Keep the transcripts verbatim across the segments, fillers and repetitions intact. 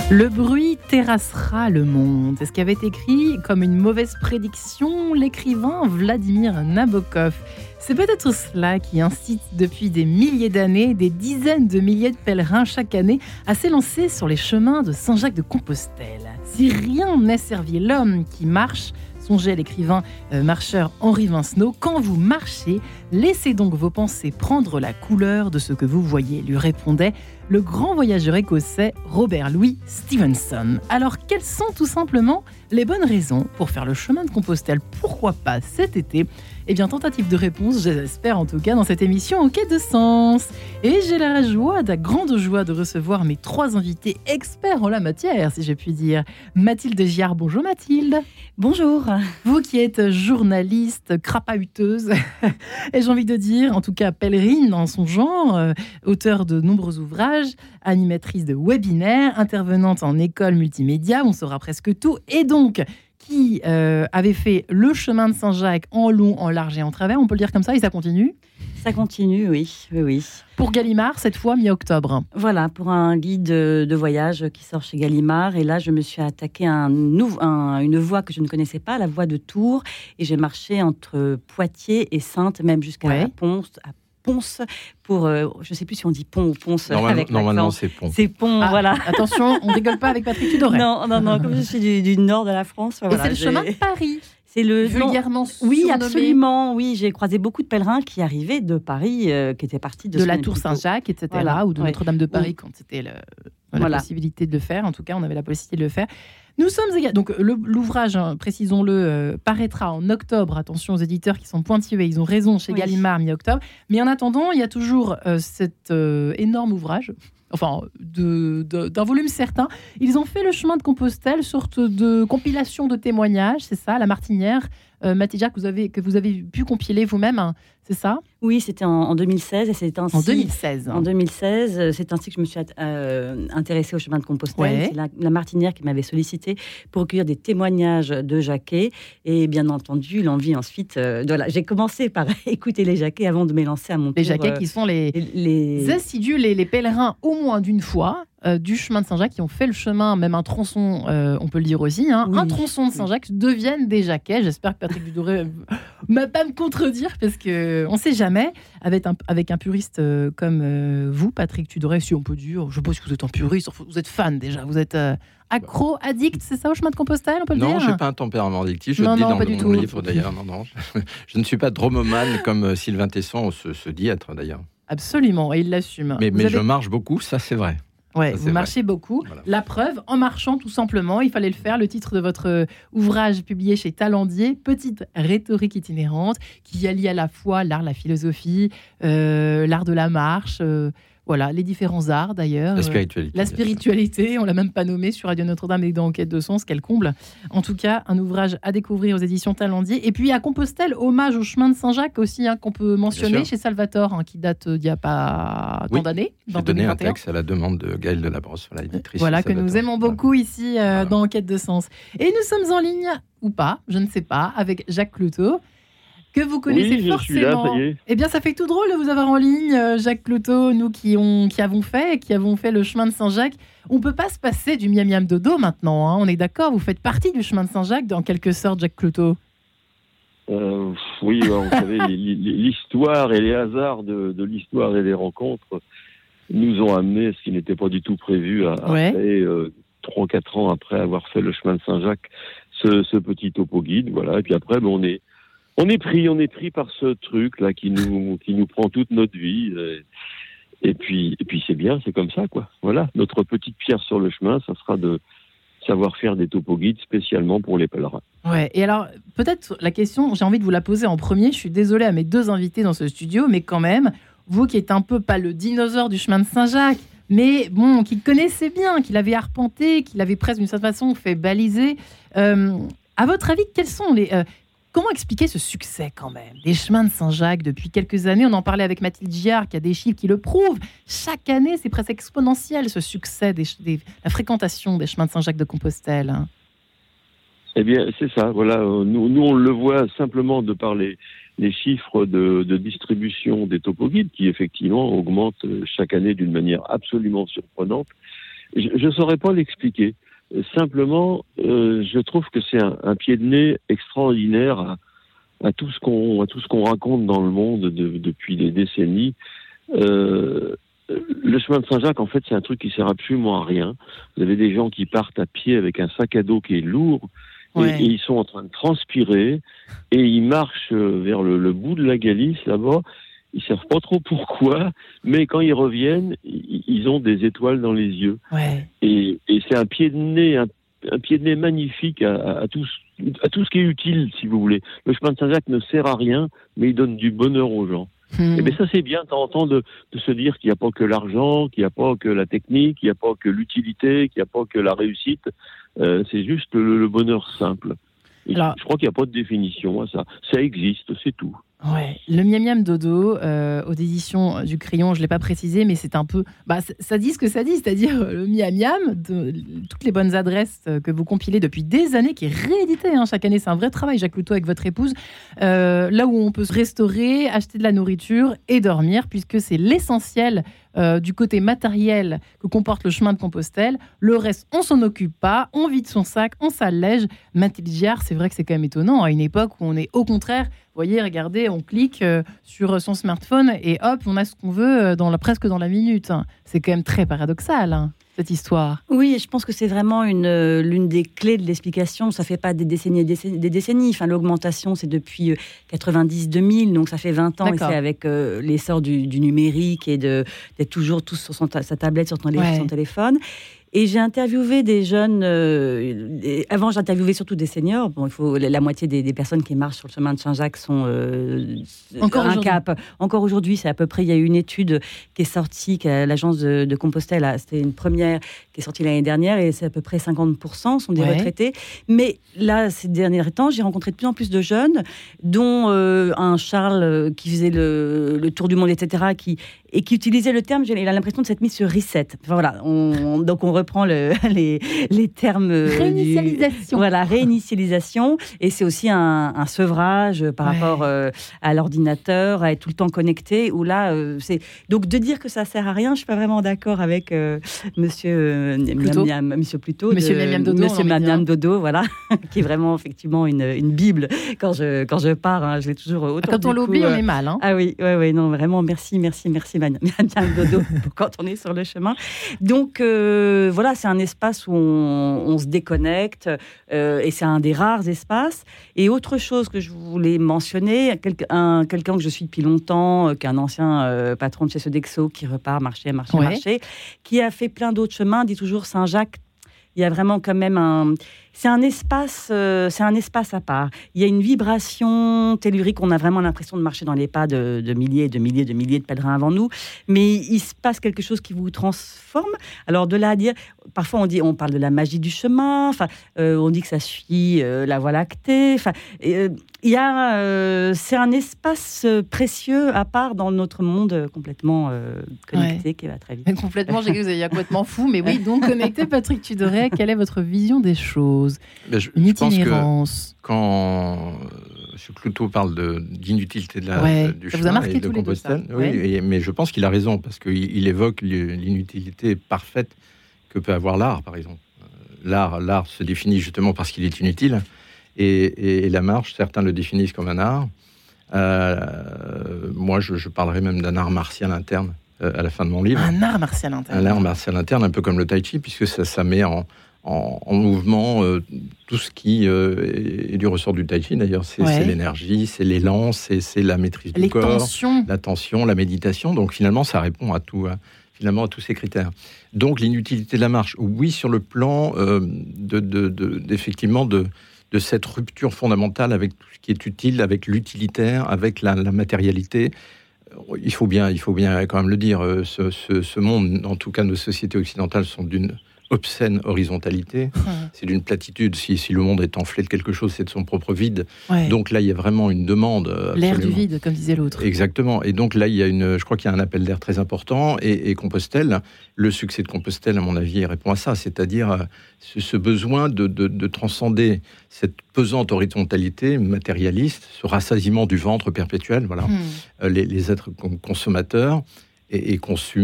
Le bruit terrassera le monde. C'est ce qu'avait écrit comme une mauvaise prédiction l'écrivain Vladimir Nabokov. C'est peut-être cela qui incite depuis des milliers d'années des dizaines de milliers de pèlerins chaque année à s'élancer sur les chemins de Saint-Jacques-de-Compostelle. Si rien n'est servi, l'homme qui marche, songeait l'écrivain euh, marcheur Henri Vincenot, quand vous marchez, laissez donc vos pensées prendre la couleur de ce que vous voyez, lui répondait le grand voyageur écossais Robert Louis Stevenson. Alors, quelles sont tout simplement les bonnes raisons pour faire le chemin de Compostelle? Pourquoi pas cet été? Eh bien, tentative de réponse, j'espère en tout cas, dans cette émission En quête de sens. Et j'ai la joie, la grande joie de recevoir mes trois invités experts en la matière, si j'ai pi dire. Mathilde Giard, bonjour Mathilde. Bonjour. Vous qui êtes journaliste, crapahuteuse, et j'ai envie de dire, en tout cas pèlerine dans son genre, euh, auteur de nombreux ouvrages, animatrice de webinaires, intervenante en école multimédia, on saura presque tout, et donc qui euh, avait fait le chemin de Saint-Jacques en long, en large et en travers, on peut le dire comme ça, et ça continue? Ça continue, oui, oui, oui. Pour Gallimard, cette fois mi-octobre. Voilà, pour un guide de voyage qui sort chez Gallimard. Et là, je me suis attaquée à un nouveau, un, une voie que je ne connaissais pas, la voie de Tours. Et j'ai marché entre Poitiers et Saintes, même jusqu'à ouais. Ponce, à Ponce, pour, euh, je ne sais plus si on dit pont ou Ponce. Normalement, avec normalement c'est pont. C'est pont, ah, voilà. Attention, on ne rigole pas avec Patrick Tudoret. Non, non, non, comme je suis du, du nord de la France. Et voilà, c'est le j'ai... chemin de Paris. C'est le vulgairement Oui, surnommé. absolument. Oui, j'ai croisé beaucoup de pèlerins qui arrivaient de Paris, euh, qui étaient partis de, de la Tour Saint-Jacques, et cetera, voilà, ou de ouais. Notre-Dame de Paris, oui. quand c'était le, la voilà. possibilité de le faire. En tout cas, on avait la possibilité de le faire. Nous sommes également. Donc, le, l'ouvrage, hein, précisons-le, euh, paraîtra en octobre. Attention aux éditeurs qui sont pointillés, ils ont raison, chez oui. Gallimard, mi-octobre. Mais en attendant, il y a toujours euh, cet euh, énorme ouvrage. Enfin, de, de, d'un volume certain. Ils ont fait le chemin de Compostelle, sorte de compilation de témoignages, c'est ça, La Martinière. Euh, Mathilde, que vous avez, que vous avez pu compiler vous-même, hein, c'est ça? Oui, c'était en, en deux mille seize. Et c'est ainsi, en deux mille seize. En deux mille seize, c'est ainsi que je me suis euh, intéressée au chemin de Compostelle. Ouais. C'est la, la Martinière qui m'avait sollicité pour recueillir des témoignages de Jacquet. Et bien entendu, l'envie ensuite... Euh, de, voilà, j'ai commencé par écouter les Jacquet avant de m'élancer à mon tour. Les Jacquet euh, qui sont les, les... les assidus, les, les pèlerins au moins d'une fois euh, du chemin de Saint-Jacques, qui ont fait le chemin, même un tronçon, euh, on peut le dire aussi, hein, oui. un tronçon de Saint-Jacques oui. deviennent des Jacquet. J'espère que Patrick Tudoret ne va pas me contredire, parce qu'on ne sait jamais, avec un, avec un puriste euh, comme euh, vous, Patrick Tudoret, si on peut dire, je pense que vous êtes un puriste, vous êtes fan déjà, vous êtes euh, accro, addict, c'est ça, au chemin de Compostelle, on peut le non, dire? Non, je n'ai pas un tempérament addictif, je non, le dis non, dans pas mon du tout. livre d'ailleurs. Non, non, je, je ne suis pas dromomane comme euh, Sylvain Tesson se, se dit être d'ailleurs. Absolument, et il l'assume. Mais, mais avez... je marche beaucoup, ça c'est vrai. Ouais, ça, vous marchez vrai. beaucoup. Voilà. La preuve, en marchant tout simplement, il fallait le faire. Le titre de votre ouvrage publié chez Talendier, Petite rhétorique itinérante, qui allie à la fois l'art, la philosophie, euh, l'art de la marche, euh, voilà, les différents arts d'ailleurs. La spiritualité. Euh, la spiritualité, on l'a même pas nommé sur Radio Notre-Dame et dans En quête de sens, quel comble. En tout cas, un ouvrage à découvrir aux éditions Talendier. Et puis à Compostelle, hommage au chemin de Saint-Jacques aussi, hein, qu'on peut mentionner chez Salvatore, hein, qui date d'il n'y a pas tant oui, d'années. J'ai donné un texte à la demande de Gaëlle Delabrosse, voilà, éditrice. Voilà, que nous aimons beaucoup ici euh, voilà. dans En quête de sens. Et nous sommes en ligne, ou pas, je ne sais pas, avec Jacques Cloutot, que vous connaissez oui, forcément. Là, ça y est. Eh bien, ça fait tout drôle de vous avoir en ligne, Jacques Cloutot, nous qui, ont, qui avons fait, qui avons fait le chemin de Saint-Jacques. On ne peut pas se passer du miam miam dodo maintenant, hein. On est d'accord, vous faites partie du chemin de Saint-Jacques, en quelque sorte, Jacques Cloutot. Euh, oui, vous savez, l'histoire et les hasards de, de l'histoire et des rencontres nous ont amené ce qui n'était pas du tout prévu à, ouais. après, euh, trois quatre ans après avoir fait le chemin de Saint-Jacques, ce, ce petit topo guide, voilà. Et puis après, ben, on est On est pris, on est pris par ce truc là qui nous qui nous prend toute notre vie. Et puis et puis c'est bien, c'est comme ça quoi. Voilà, notre petite pierre sur le chemin, ça sera de savoir faire des topo guides spécialement pour les pèlerins. Ouais. Et alors peut-être la question, j'ai envie de vous la poser en premier. Je suis désolée à mes deux invités dans ce studio, mais quand même, vous qui êtes un peu pas le dinosaure du chemin de Saint-Jacques, mais bon, qui connaissait bien, qui l'avait arpenté, qui l'avait presque d'une certaine façon fait baliser. Euh, à votre avis, quels sont les euh, Comment expliquer ce succès quand même des chemins de Saint-Jacques depuis quelques années? On en parlait avec Mathilde Giard, qui a des chiffres qui le prouvent. Chaque année, c'est presque exponentiel ce succès, des, des, la fréquentation des chemins de Saint-Jacques de Compostelle. Eh bien, c'est ça. Voilà, nous, nous on le voit simplement de par les, les chiffres de, de distribution des topo guides qui effectivement augmentent chaque année d'une manière absolument surprenante. je ne saurais pas l'expliquer. Simplement, euh, je trouve que c'est un, un pied de nez extraordinaire à, à tout ce qu'on à tout ce qu'on raconte dans le monde de, depuis des décennies. Euh, le chemin de Saint-Jacques, en fait, c'est un truc qui sert absolument à rien. Vous avez des gens qui partent à pied avec un sac à dos qui est lourd. Ouais. Et, et ils sont en train de transpirer et ils marchent vers le, le bout de la Galice là-bas. Ils savent pas trop pourquoi, mais quand ils reviennent, ils, ils ont des étoiles dans les yeux. Ouais. Et, et c'est un pied de nez, un, un pied de nez magnifique à, à, à, tout, à tout ce qui est utile, si vous voulez. Le chemin de Saint-Jacques ne sert à rien, mais il donne du bonheur aux gens. Mmh. Et bien ça c'est bien de temps en temps de, de se dire qu'il n'y a pas que l'argent, qu'il n'y a pas que la technique, qu'il n'y a pas que l'utilité, qu'il n'y a pas que la réussite. Euh, c'est juste le, le bonheur simple. Et Alors, je crois qu'il n'y a pas de définition à ça. Ça existe, c'est tout. Ouais, le Miam Miam Dodo euh, aux éditions du Crayon, je l'ai pas précisé, mais c'est un peu, bah ça dit ce que ça dit, c'est-à-dire le Miam Miam, de, toutes les bonnes adresses que vous compilez depuis des années, qui est réédité hein, chaque année, c'est un vrai travail, Jacques Loutot avec votre épouse, euh, là où on peut se restaurer, acheter de la nourriture et dormir, puisque c'est l'essentiel euh, du côté matériel que comporte le chemin de Compostelle. Le reste, on s'en occupe pas, on vide son sac, on s'allège. Mathilde, c'est vrai que c'est quand même étonnant à une époque où on est au contraire. Vous voyez, regardez, on clique euh, sur son smartphone et hop, on a ce qu'on veut dans la, presque dans la minute. C'est quand même très paradoxal, hein, cette histoire. Oui, je pense que c'est vraiment une, euh, l'une des clés de l'explication. Ça ne fait pas des décennies et des, des décennies. Enfin, l'augmentation, c'est depuis quatre-vingt-dix deux mille, donc ça fait vingt ans. D'accord. Et c'est avec euh, l'essor du, du numérique et de, d'être toujours tous sur son ta- sa tablette, sur ton, ouais. son téléphone. Et j'ai interviewé des jeunes. Euh, avant, j'interviewais surtout des seniors. Bon, il faut la, la moitié des, des personnes qui marchent sur le chemin de Saint-Jacques sont euh, encore un aujourd'hui. cap. Encore aujourd'hui, c'est à peu près. Il y a eu une étude qui est sortie, que l'agence de, de Compostelle, là, c'était une première qui est sortie l'année dernière, et c'est à peu près cinquante pour cent sont des ouais. retraités. Mais là, ces derniers temps, j'ai rencontré de plus en plus de jeunes, dont euh, un Charles qui faisait le, le tour du monde, et cetera, qui et qui utilisait le terme. Il a l'impression de s'être mis sur reset. Enfin, voilà. On, donc on reprend le, les, les termes. Réinitialisation. Du, voilà, réinitialisation. Et c'est aussi un, un sevrage par ouais. rapport euh, à l'ordinateur, à être tout le temps connecté. Où là, euh, c'est donc de dire que ça sert à rien. Je suis pas vraiment d'accord avec euh, Monsieur euh, Miam Miam, Monsieur Pluto, Monsieur Miam Miam Dodo, Monsieur Miam Miam Dodo, voilà, qui est vraiment effectivement une, une bible. Quand je quand je pars, hein, je l'ai toujours autant. Quand on l'oublie, euh... on est mal. Hein. Ah oui, ouais, ouais, non, vraiment, merci, merci, merci. Miam Miam Dodo quand on est sur le chemin. Donc euh, voilà, c'est un espace où on, on se déconnecte euh, et c'est un des rares espaces. Et autre chose que je voulais mentionner, quelqu'un, un, quelqu'un que je suis depuis longtemps, euh, qui est un ancien euh, patron de chez Sodexo qui repart marcher, marcher, ouais. marcher, qui a fait plein d'autres chemins, dit toujours Saint-Jacques. Il y a vraiment quand même un... C'est un espace, euh, c'est un espace à part. Il y a une vibration tellurique. On a vraiment l'impression de marcher dans les pas de, de milliers, de milliers, de milliers de pèlerins avant nous. Mais il se passe quelque chose qui vous transforme. Alors de là à dire, parfois on dit, on parle de la magie du chemin. Enfin, euh, on dit que ça suit euh, la Voie lactée. Enfin, euh, il y a, euh, c'est un espace précieux à part dans notre monde complètement euh, connecté ouais. qui va très vite. Mais complètement, j'ai dit que vous étiez complètement fou. Mais oui, donc connecté, Patrick Tudoret, quelle est votre vision des choses? Ben je, Une je pense itinérance. Que quand M. Cloutot parle de, d'inutilité de la, ouais, du ça chemin vous a marqué et de tous Compostelle, les deux, oui, ouais. et, mais je pense qu'il a raison, parce qu'il il évoque l'inutilité parfaite que peut avoir l'art, par exemple. L'art, l'art se définit justement parce qu'il est inutile, et, et, et la marche, certains le définissent comme un art. Euh, moi, je, je parlerais même d'un art martial interne euh, à la fin de mon livre. Un art martial interne. Un art martial interne, un peu comme le tai chi, puisque ça, ça met en... En, en mouvement, euh, tout ce qui euh, est, est du ressort du tai chi, d'ailleurs, c'est, ouais. c'est l'énergie, c'est l'élan, c'est, c'est la maîtrise du Les corps, tensions. la tension, la méditation. Donc finalement, ça répond à tout, à, finalement, à tous ces critères. Donc l'inutilité de la marche, oui, sur le plan euh, de, de, de, d'effectivement de, de cette rupture fondamentale avec tout ce qui est utile, avec l'utilitaire, avec la, la matérialité. Il faut bien, il faut bien quand même le dire. Ce, ce, ce monde, en tout cas, nos sociétés occidentales sont d'une obscène horizontalité, mmh. c'est d'une platitude. Si, si le monde est enflé de quelque chose, c'est de son propre vide. Ouais. Donc là, il y a vraiment une demande. Absolument. L'air du vide, comme disait l'autre. Exactement. Et donc là, il y a une, je crois qu'il y a un appel d'air très important. Et, et Compostelle, le succès de Compostelle, à mon avis, répond à ça, c'est-à-dire ce, ce besoin de, de, de transcender cette pesante horizontalité matérialiste, ce rassasiement du ventre perpétuel. Voilà, mmh. les, les êtres consommateurs et, et consumés.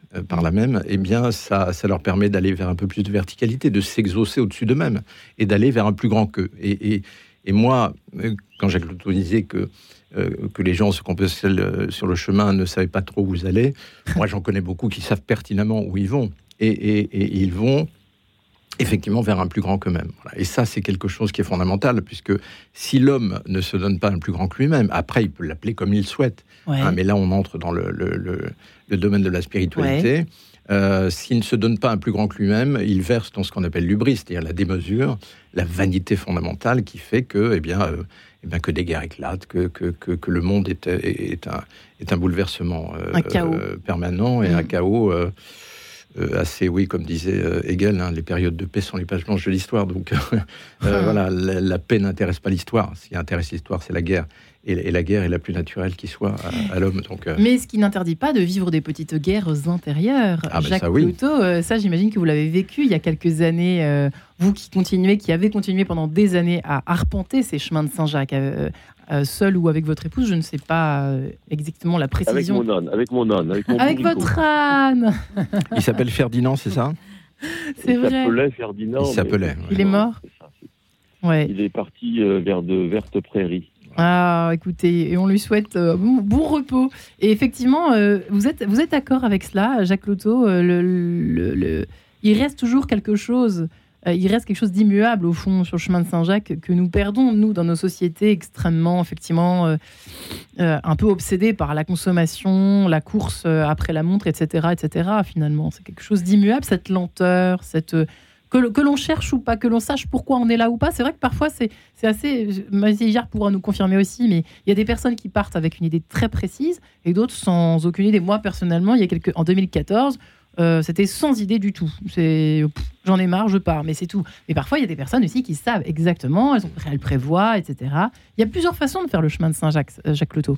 euh, par là même, eh bien, ça, ça leur permet d'aller vers un peu plus de verticalité, de s'exaucer au-dessus d'eux-mêmes et d'aller vers un plus grand qu'eux. Et, et, et moi, quand Jacques Loutot disait que, euh, que les gens se composaient sur le chemin ne savaient pas trop où ils allaient, moi, j'en connais beaucoup qui savent pertinemment où ils vont. Et, et, et ils vont effectivement vers un plus grand qu'eux-mêmes. Voilà. Et ça, c'est quelque chose qui est fondamental, puisque si l'homme ne se donne pas un plus grand que lui-même, après, il peut l'appeler comme il souhaite. Ouais. Hein, mais là, on entre dans le, le, le, le domaine de la spiritualité. Ouais. Euh, s'il ne se donne pas un plus grand que lui-même, il verse dans ce qu'on appelle l'hubris, c'est-à-dire la démesure, la vanité fondamentale qui fait que, eh bien, euh, eh bien, que des guerres éclatent, que, que, que, que le monde est, est, est, un, est un bouleversement euh, un chaos. Euh, permanent et mmh. un chaos... Euh, Euh, assez, oui, comme disait euh, Hegel, hein, les périodes de paix sont les pages blanches de l'histoire. Donc, euh, euh, voilà, la, la paix n'intéresse pas l'histoire. Ce qui intéresse l'histoire, c'est la guerre. Et, et la guerre est la plus naturelle qui soit à, à l'homme. Donc, euh... Mais ce qui n'interdit pas de vivre des petites guerres intérieures. Ah, Jacques ça, oui. Loutot, euh, ça, j'imagine que vous l'avez vécu il y a quelques années. Euh, vous qui continuez, qui avez continué pendant des années à arpenter ces chemins de Saint-Jacques. Euh, Euh, seul ou avec votre épouse, je ne sais pas euh, exactement la précision. Avec mon âne, avec mon âne, avec mon Avec votre âne. Il s'appelle Ferdinand, c'est ça? C'est il vrai. Il s'appelait Ferdinand. Il s'appelait. Mais... Il est mort. C'est ça, c'est... Ouais. Il est parti euh, vers de vertes prairies. Ah, écoutez, et on lui souhaite euh, bon, bon repos. Et effectivement, euh, vous êtes vous êtes d'accord avec cela, Jacques Loutot, euh, le, le, le, il reste toujours quelque chose. Euh, il reste quelque chose d'immuable, au fond, sur le chemin de Saint-Jacques, que nous perdons, nous, dans nos sociétés extrêmement, effectivement, euh, euh, un peu obsédées par la consommation, la course euh, après la montre, et cetera, et cetera, finalement. C'est quelque chose d'immuable, cette lenteur, cette... Euh, que, que l'on cherche ou pas, que l'on sache pourquoi on est là ou pas. C'est vrai que parfois, c'est, c'est assez... Mazie-Jar pourra nous confirmer aussi, mais il y a des personnes qui partent avec une idée très précise et d'autres sans aucune idée. Moi, personnellement, il y a quelques... en deux mille quatorze... Euh, c'était sans idée du tout. C'est, pff, j'en ai marre, je pars, mais c'est tout. Mais parfois, il y a des personnes aussi qui savent exactement, elles, ont, elles prévoient, et cetera. Il y a plusieurs façons de faire le chemin de Saint-Jacques, euh, Jacques Loutot.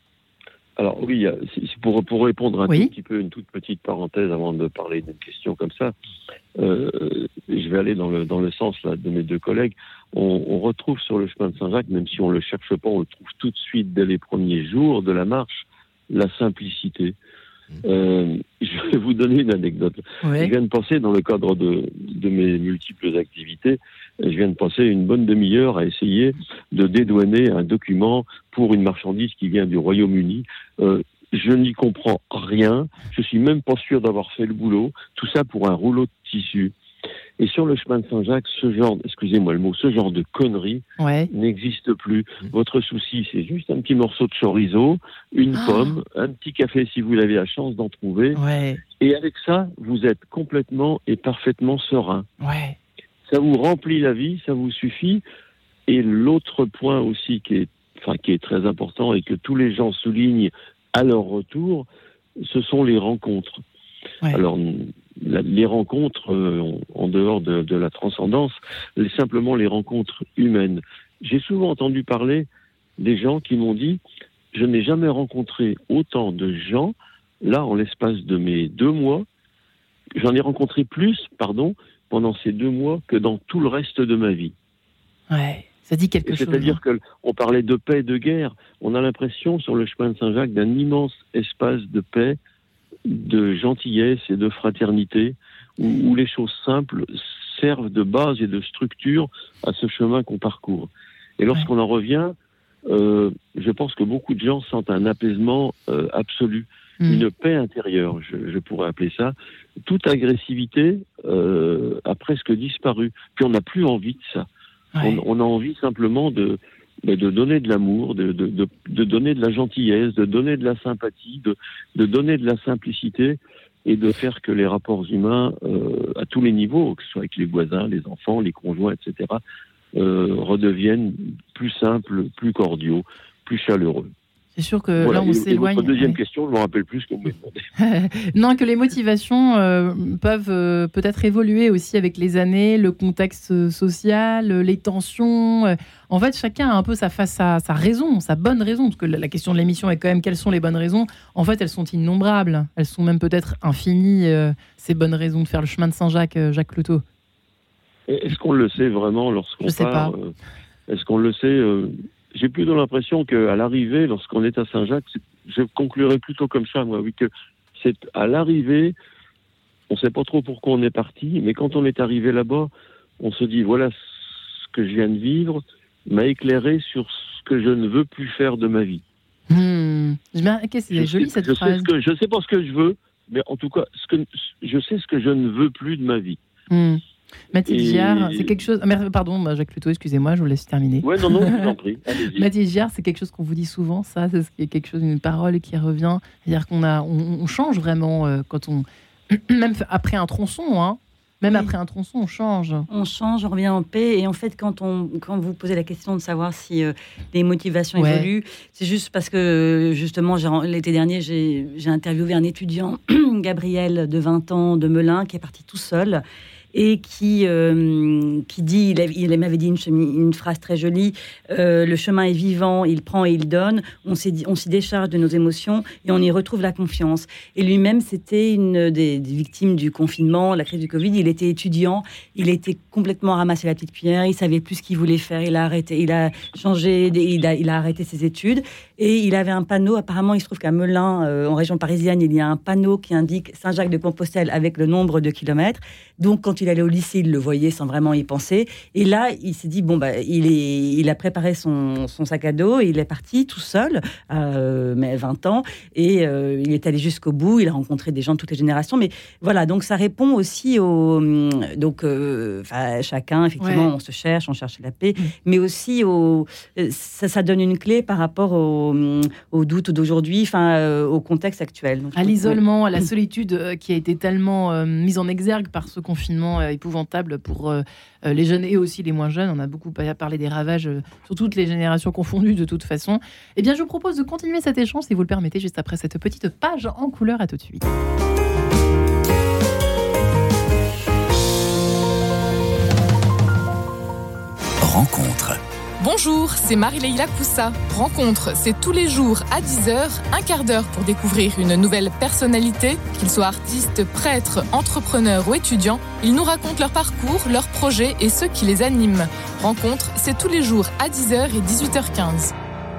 Alors oui, c'est pour, pour répondre un oui. tout petit peu, une toute petite parenthèse avant de parler d'une question comme ça, euh, je vais aller dans le, dans le sens là, de mes deux collègues. On, on retrouve sur le chemin de Saint-Jacques, même si on ne le cherche pas, on le trouve tout de suite dès les premiers jours de la marche, la simplicité. Euh, je vais vous donner une anecdote. Oui. Je viens de passer, dans le cadre de, de mes multiples activités, je viens de passer une bonne demi-heure à essayer de dédouaner un document pour une marchandise qui vient du Royaume-Uni. Euh, je n'y comprends rien. Je suis même pas sûr d'avoir fait le boulot. Tout ça pour un rouleau de tissu. Et sur le chemin de Saint-Jacques, ce genre, excusez-moi le mot, ce genre de conneries ouais. n'existe plus. Votre souci, c'est juste un petit morceau de chorizo, une ah. pomme, un petit café si vous avez la chance d'en trouver. Ouais. Et avec ça, vous êtes complètement et parfaitement serein. Ouais. Ça vous remplit la vie, ça vous suffit. Et l'autre point aussi qui est, enfin, qui est très important et que tous les gens soulignent à leur retour, ce sont les rencontres. Ouais. Alors, la, les rencontres euh, en, en dehors de, de la transcendance, les, simplement les rencontres humaines. J'ai souvent entendu parler des gens qui m'ont dit « Je n'ai jamais rencontré autant de gens, là, en l'espace de mes deux mois, j'en ai rencontré plus, pardon, pendant ces deux mois que dans tout le reste de ma vie. » Ouais, ça dit quelque chose. C'est-à-dire hein. qu'on parlait de paix et de guerre. On a l'impression, sur le chemin de Saint-Jacques, d'un immense espace de paix, de gentillesse et de fraternité, où, où les choses simples servent de base et de structure à ce chemin qu'on parcourt. Et lorsqu'on ouais. en revient, euh, je pense que beaucoup de gens sentent un apaisement euh, absolu, mmh. une paix intérieure, je, je pourrais appeler ça. Toute agressivité euh, a presque disparu. Puis on n'a plus envie de ça. Ouais. On, on a envie simplement de... de donner de l'amour, de, de, de, de donner de la gentillesse, de donner de la sympathie, de, de donner de la simplicité et de faire que les rapports humains, euh, à tous les niveaux, que ce soit avec les voisins, les enfants, les conjoints, et cetera, euh, redeviennent plus simples, plus cordiaux, plus chaleureux. C'est sûr que voilà. là, on et, s'éloigne. Et votre deuxième ouais. question, je ne me rappelle plus ce que vous m'avez demandé. Non, que les motivations euh, peuvent euh, peut-être évoluer aussi avec les années, le contexte social, les tensions. Euh, en fait, chacun a un peu sa, face, sa, sa raison, sa bonne raison. Parce que la, la question de l'émission est quand même quelles sont les bonnes raisons. En fait, elles sont innombrables. Elles sont même peut-être infinies, euh, ces bonnes raisons de faire le chemin de Saint-Jacques, euh, Jacques Loutot. Est-ce qu'on le sait vraiment lorsqu'on Je sais part pas. euh, Est-ce qu'on le sait euh, J'ai plutôt l'impression qu'à l'arrivée, lorsqu'on est à Saint-Jacques, je conclurai plutôt comme ça, moi, oui, que c'est à l'arrivée, on ne sait pas trop pourquoi on est parti, mais quand on est arrivé là-bas, on se dit, voilà ce que je viens de vivre m'a éclairé sur ce que je ne veux plus faire de ma vie. Mmh. Qu'est-ce que c'est joli cette je phrase. Sais ce que, je ne sais pas ce que je veux, mais en tout cas, ce que, je sais ce que je ne veux plus de ma vie. Mmh. Mathilde Giard, c'est quelque chose... Pardon, Jacques Plutot, excusez-moi, je vous laisse terminer. Ouais, non, non, je vous en prie. Mathilde Giard, c'est quelque chose qu'on vous dit souvent, ça, c'est quelque chose, une parole qui revient. C'est-à-dire qu'on a, on, on change vraiment euh, quand on... Même après un tronçon, hein. Même oui. après un tronçon, on change. On change, on revient en paix. Et en fait, quand, on, quand vous posez la question de savoir si euh, les motivations ouais. évoluent, c'est juste parce que, justement, l'été dernier, j'ai, j'ai interviewé un étudiant, Gabriel, de vingt ans, de Melun, qui est parti tout seul. Et qui, euh, qui dit, il, a, il m'avait dit une, une phrase très jolie, euh, le chemin est vivant, il prend et il donne, on, on s'y décharge de nos émotions et on y retrouve la confiance. Et lui-même, c'était une des, des victimes du confinement, la crise du Covid, il était étudiant, il était complètement ramassé la petite pierre, il savait plus ce qu'il voulait faire, il a arrêté, il a changé, il a, il a arrêté ses études et il avait un panneau, apparemment il se trouve qu'à Melun, euh, en région parisienne, il y a un panneau qui indique Saint-Jacques-de-Compostelle avec le nombre de kilomètres. Donc quand il allait au lycée, il le voyait sans vraiment y penser. Et là, il s'est dit, bon, bah, il, est, il a préparé son, son sac à dos et il est parti tout seul, euh, mais vingt ans, et euh, il est allé jusqu'au bout, il a rencontré des gens de toutes les générations. Mais voilà, donc ça répond aussi au... Donc, euh, chacun, effectivement, ouais. on se cherche, on cherche la paix, mmh. mais aussi au, ça, ça donne une clé par rapport au, au doute d'aujourd'hui, enfin, euh, au contexte actuel. Donc, à l'isolement, à la solitude euh, qui a été tellement euh, mise en exergue par ce confinement euh, épouvantable pour euh, les jeunes et aussi les moins jeunes. On a beaucoup parlé des ravages euh, sur toutes les générations confondues de toute façon. Eh bien, je vous propose de continuer cet échange, si vous le permettez, juste après cette petite page en couleur. À tout de suite. Rencontre. Bonjour, c'est Marie-Leila Coussa. Rencontre, c'est tous les jours à dix heures, un quart d'heure pour découvrir une nouvelle personnalité. Qu'ils soient artistes, prêtres, entrepreneurs ou étudiants, ils nous racontent leur parcours, leurs projets et ceux qui les animent. Rencontre, c'est tous les jours à dix heures et dix-huit heures quinze.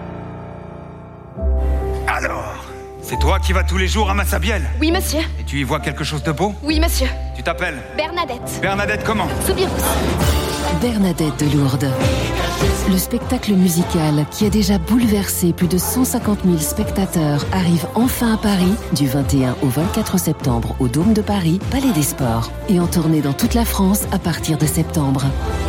Alors, c'est toi qui vas tous les jours à Massabielle ? Oui, monsieur. Et tu y vois quelque chose de beau ? Oui, monsieur. Tu t'appelles ? Bernadette. Bernadette comment ? Soubirous. Bernadette de Lourdes. Le spectacle musical qui a déjà bouleversé plus de cent cinquante mille spectateurs arrive enfin à Paris du vingt et un au vingt-quatre septembre au Dôme de Paris, Palais des Sports, et en tournée dans toute la France à partir de septembre.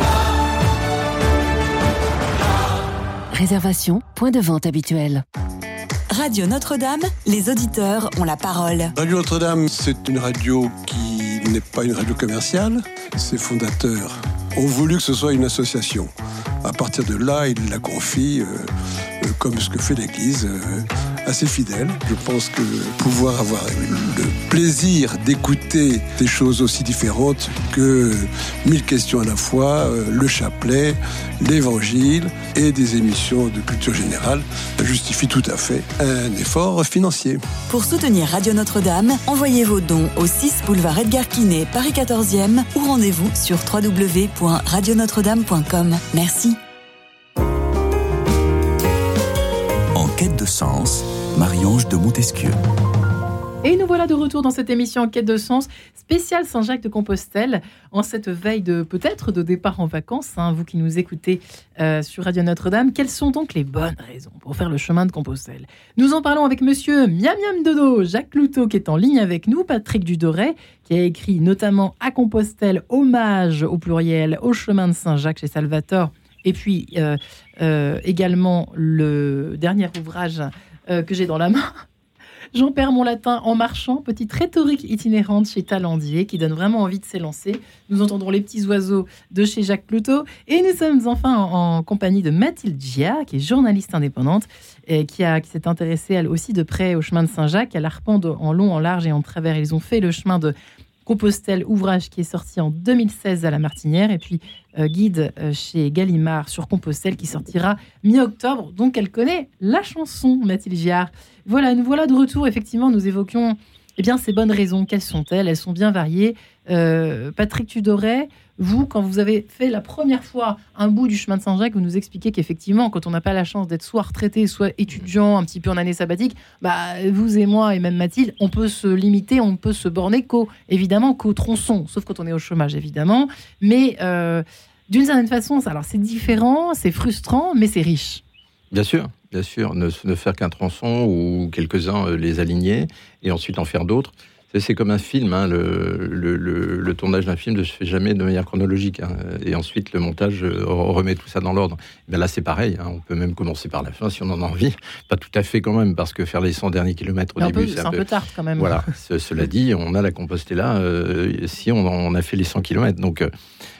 Réservation, point de vente habituel. Radio Notre-Dame, les auditeurs ont la parole. Radio Notre-Dame, c'est une radio qui n'est pas une radio commerciale. Ses fondateurs ont voulu que ce soit une association. À partir de là, ils la confient, euh, euh, comme ce que fait l'Église, euh, à ses fidèles. Je pense que pouvoir avoir le plaisir d'écouter des choses aussi différentes que mille questions à la fois, euh, le chapelet, l'évangile et des émissions de culture générale, justifie tout à fait un effort financier. Pour soutenir Radio Notre-Dame, envoyez vos dons au six boulevard Edgar Quinet, Paris quatorzième, ou rendez-vous sur w w w point radio notre dame point com. Merci. En quête de sens, Marie-Ange de Montesquieu. Et nous voilà de retour dans cette émission En quête de sens, spéciale Saint-Jacques-de-Compostelle, en cette veille de peut-être de départ en vacances, hein, vous qui nous écoutez euh, sur Radio Notre-Dame. Quelles sont donc les bonnes raisons pour faire le chemin de Compostelle ? Nous en parlons avec monsieur Miam Miam Dodo, Jacques Plutot qui est en ligne avec nous, Patrick Dudoret qui a écrit notamment à Compostelle, hommage au pluriel au chemin de Saint-Jacques chez Salvatore, et puis euh, euh, également le dernier ouvrage euh, que j'ai dans la main, J'en perds mon latin en marchant, petite rhétorique itinérante chez Talandier qui donne vraiment envie de s'élancer. Nous entendrons les petits oiseaux de chez Jacques Plutot et nous sommes enfin en, en compagnie de Mathilde Giard, qui est journaliste indépendante et qui, a, qui s'est intéressée elle aussi de près au chemin de Saint-Jacques. Elle arpente en long, en large et en travers. Ils ont fait le chemin de Compostelle, ouvrage qui est sorti en deux mille seize à La Martinière, et puis euh, guide euh, chez Gallimard sur Compostelle qui sortira mi-octobre, donc elle connaît la chanson, Mathilde Giard. Voilà, nous voilà de retour. Effectivement, nous évoquions Eh bien, ces bonnes raisons, quelles sont-elles ? Elles sont bien variées. Euh, Patrick Tudoret, vous, quand vous avez fait la première fois un bout du chemin de Saint-Jacques, vous nous expliquez qu'effectivement, quand on n'a pas la chance d'être soit retraité, soit étudiant, un petit peu en année sabbatique, bah, vous et moi, et même Mathilde, on peut se limiter, on peut se borner qu'au, évidemment, qu'au tronçon, sauf quand on est au chômage, évidemment. Mais euh, d'une certaine façon, alors c'est différent, c'est frustrant, mais c'est riche. Bien sûr, bien sûr. Ne, ne faire qu'un tronçon ou quelques-uns euh, les aligner et ensuite en faire d'autres. C'est, c'est comme un film. Hein, le, le, le, le tournage d'un film ne se fait jamais de manière chronologique. Hein, et ensuite, le montage euh, remet tout ça dans l'ordre. Ben là, c'est pareil. Hein, on peut même commencer par la fin si on en a envie. Pas tout à fait quand même, parce que faire les cent derniers kilomètres au un début, peu, c'est, c'est un un peu... peu tard quand même. Voilà. Ce, cela dit, on a la Compostela euh, si on, on a fait les cent kilomètres. Donc... Euh,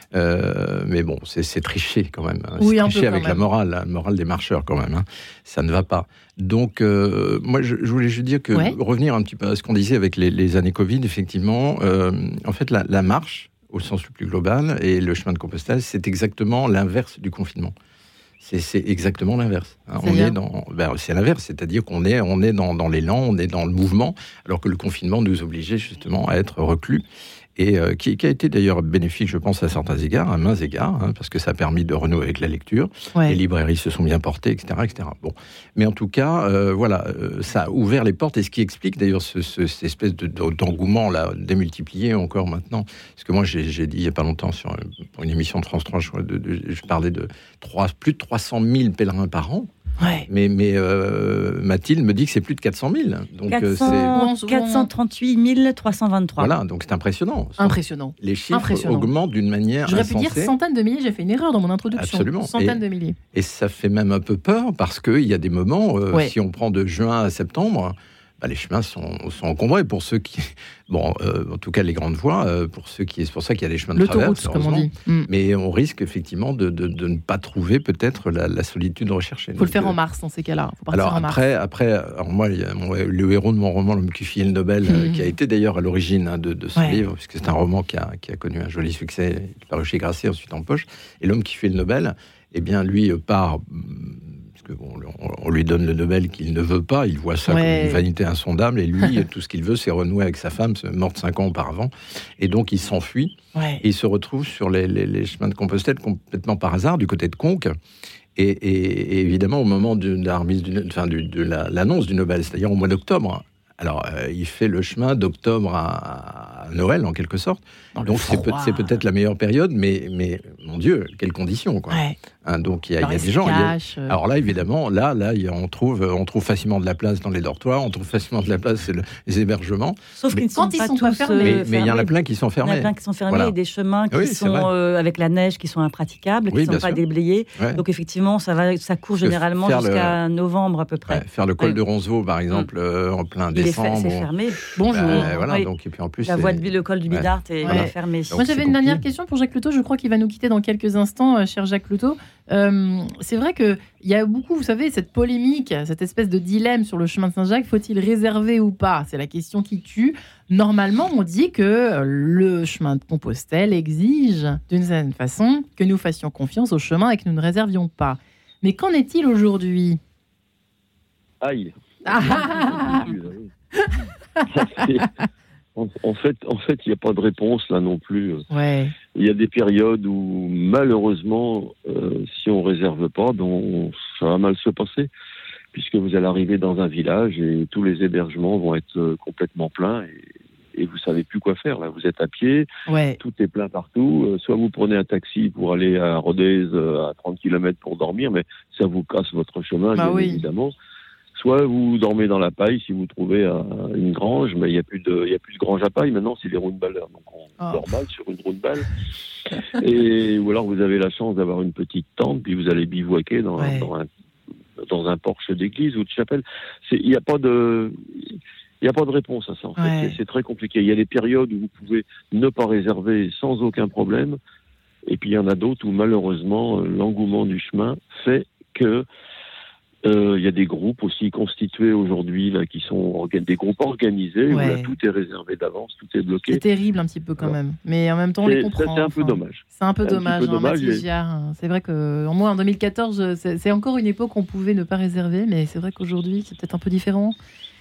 Euh, mais bon, c'est, c'est tricher quand même. Hein. Oui, c'est un tricher peu avec quand la même. morale, la morale des marcheurs quand même. Hein. Ça ne va pas. Donc, euh, moi, je, je voulais juste dire que Ouais. revenir un petit peu à ce qu'on disait avec les, les années Covid, effectivement, euh, en fait, la, la marche, au sens le plus global, et le chemin de Compostelle, c'est exactement l'inverse du confinement. C'est, c'est exactement l'inverse. Hein. On est dans, ben, c'est l'inverse, c'est-à-dire qu'on est, on est dans, dans l'élan, on est dans le mouvement, alors que le confinement nous obligeait justement à être reclus. Et euh, qui, qui a été d'ailleurs bénéfique, je pense, à certains égards, à mains égards, hein, parce que ça a permis de renouer avec la lecture. Ouais. Les librairies se sont bien portées, et cetera, et cetera. Bon, mais en tout cas, euh, voilà, euh, ça a ouvert les portes, et ce qui explique d'ailleurs ce, ce, cette espèce de, de, d'engouement là, démultiplié encore maintenant. Parce que moi, j'ai, j'ai dit il y a pas longtemps sur pour une émission de France trois, je, de, de, je parlais de trois, plus de trois cent mille pèlerins par an. Ouais. Mais, mais euh, Mathilde me dit que c'est plus de quatre cent mille. Donc quatre cents, c'est... quatre cent trente-huit mille trois cent vingt-trois. Voilà, donc c'est impressionnant. Impressionnant. Les chiffres Impressionnant. augmentent d'une manière J'aurais insensée. pu dire centaines de milliers, j'ai fait une erreur dans mon introduction. Absolument. Centaines et, de milliers. Et ça fait même un peu peur parce qu'il y a des moments, euh, ouais. si on prend de juin à septembre, bah, les chemins sont, sont encombrés pour ceux qui... Bon, euh, en tout cas, les grandes voies, euh, pour ceux qui... C'est pour ça qu'il y a des chemins de L'autoroute, traverse, comme on dit. Mm. Mais on risque effectivement de, de, de ne pas trouver peut-être la, la solitude recherchée. Il faut Donc, le faire euh, en mars, dans ces cas-là. Faut partir alors en mars. après, après alors moi, il y a mon, le héros de mon roman, L'homme qui fit le Nobel, mmh. euh, qui a été d'ailleurs à l'origine hein, de, de ce ouais. livre, puisque c'est un roman qui a, qui a connu un joli succès, qui est paru chez Grasset, ensuite en poche. Et L'homme qui fit le Nobel, eh bien, lui euh, part... Parce qu'on on lui donne le Nobel qu'il ne veut pas, il voit ça ouais. comme une vanité insondable, et lui, tout ce qu'il veut, c'est renouer avec sa femme, morte cinq ans auparavant, et donc il s'enfuit, ouais. et il se retrouve sur les, les, les chemins de Compostelle complètement par hasard, du côté de Conques, et, et, et évidemment au moment de, de, la remise du, enfin, de, de la, l'annonce du Nobel, c'est-à-dire au mois d'octobre. Alors, euh, il fait le chemin d'octobre à, à Noël, en quelque sorte. Dans donc, c'est, peut, c'est peut-être la meilleure période, mais, mais mon Dieu, quelles conditions, quoi. Ouais. Hein, donc, il y a, Alors, y a des gens... Cache, y a... Alors là, évidemment, là, là y a, on, trouve, on trouve facilement de la place dans les dortoirs, on trouve facilement de la place c'est le, les hébergements. Sauf mais, qu'ils ne sont quand pas ils sont tous pas fermés. Mais il y en a plein qui sont fermés. Il y en a plein qui sont fermés, voilà. et des chemins qui oui, sont euh, avec la neige, qui sont impraticables, qui oui, ne sont pas sûr. déblayés. Ouais. Donc, effectivement, ça, va, ça court généralement jusqu'à le... novembre, à peu près. Ouais, faire le col ouais. de Roncevaux, par exemple, mmh. euh, en plein il décembre. Est fait, c'est fermé. Bonjour. Bah, voilà, oui. donc, et puis en plus, la c'est... voie de ville, le col du Bidart ouais. est ouais. fermée. Donc, Moi, j'avais une dernière question pour Jacques Leteau. Je crois qu'il va nous quitter dans quelques instants, euh, cher Jacques Leteau. Euh, c'est vrai qu'il y a beaucoup, vous savez, cette polémique, cette espèce de dilemme sur le chemin de Saint-Jacques. Faut-il réserver ou pas ? C'est la question qui tue. Normalement, on dit que le chemin de Compostelle exige, d'une certaine façon, que nous fassions confiance au chemin et que nous ne réservions pas. Mais qu'en est-il aujourd'hui ? Aïe. Ah En, en fait, en fait, il n'y a pas de réponse là non plus. Ouais. Il y a des périodes où, malheureusement, euh, si on réserve pas, ben, ça va mal se passer, puisque vous allez arriver dans un village et tous les hébergements vont être euh, complètement pleins et, et vous savez plus quoi faire. Là, vous êtes à pied, ouais. tout est plein partout. Euh, soit vous prenez un taxi pour aller à Rodez euh, à trente kilomètres pour dormir, mais ça vous casse votre chemin, bah bien oui. évidemment. Soit vous dormez dans la paille si vous trouvez euh, une grange, mais il n'y a plus de, il y a plus de grange à paille maintenant, c'est des roundballeurs. Donc on oh. dort mal sur une roundballe. Et ou alors vous avez la chance d'avoir une petite tente, puis vous allez bivouaquer dans, ouais. dans un dans un porche d'église ou de chapelle. C'est, il n'y a pas de, il n'y a pas de réponse à ça. En fait, ouais. c'est, c'est très compliqué. Il y a des périodes où vous pouvez ne pas réserver sans aucun problème, et puis il y en a d'autres où malheureusement l'engouement du chemin fait que il euh, y a des groupes aussi constitués aujourd'hui là qui sont des groupes organisés ouais. où là, tout est réservé d'avance, tout est bloqué. C'est terrible un petit peu quand même, mais en même temps on c'est, les comprend. C'est un enfin. peu dommage. C'est un peu c'est dommage, un peu hein, dommage Mathilde Giard. C'est vrai que moi en deux mille quatorze, c'est, c'est encore une époque où on pouvait ne pas réserver, mais c'est vrai qu'aujourd'hui c'est peut-être un peu différent.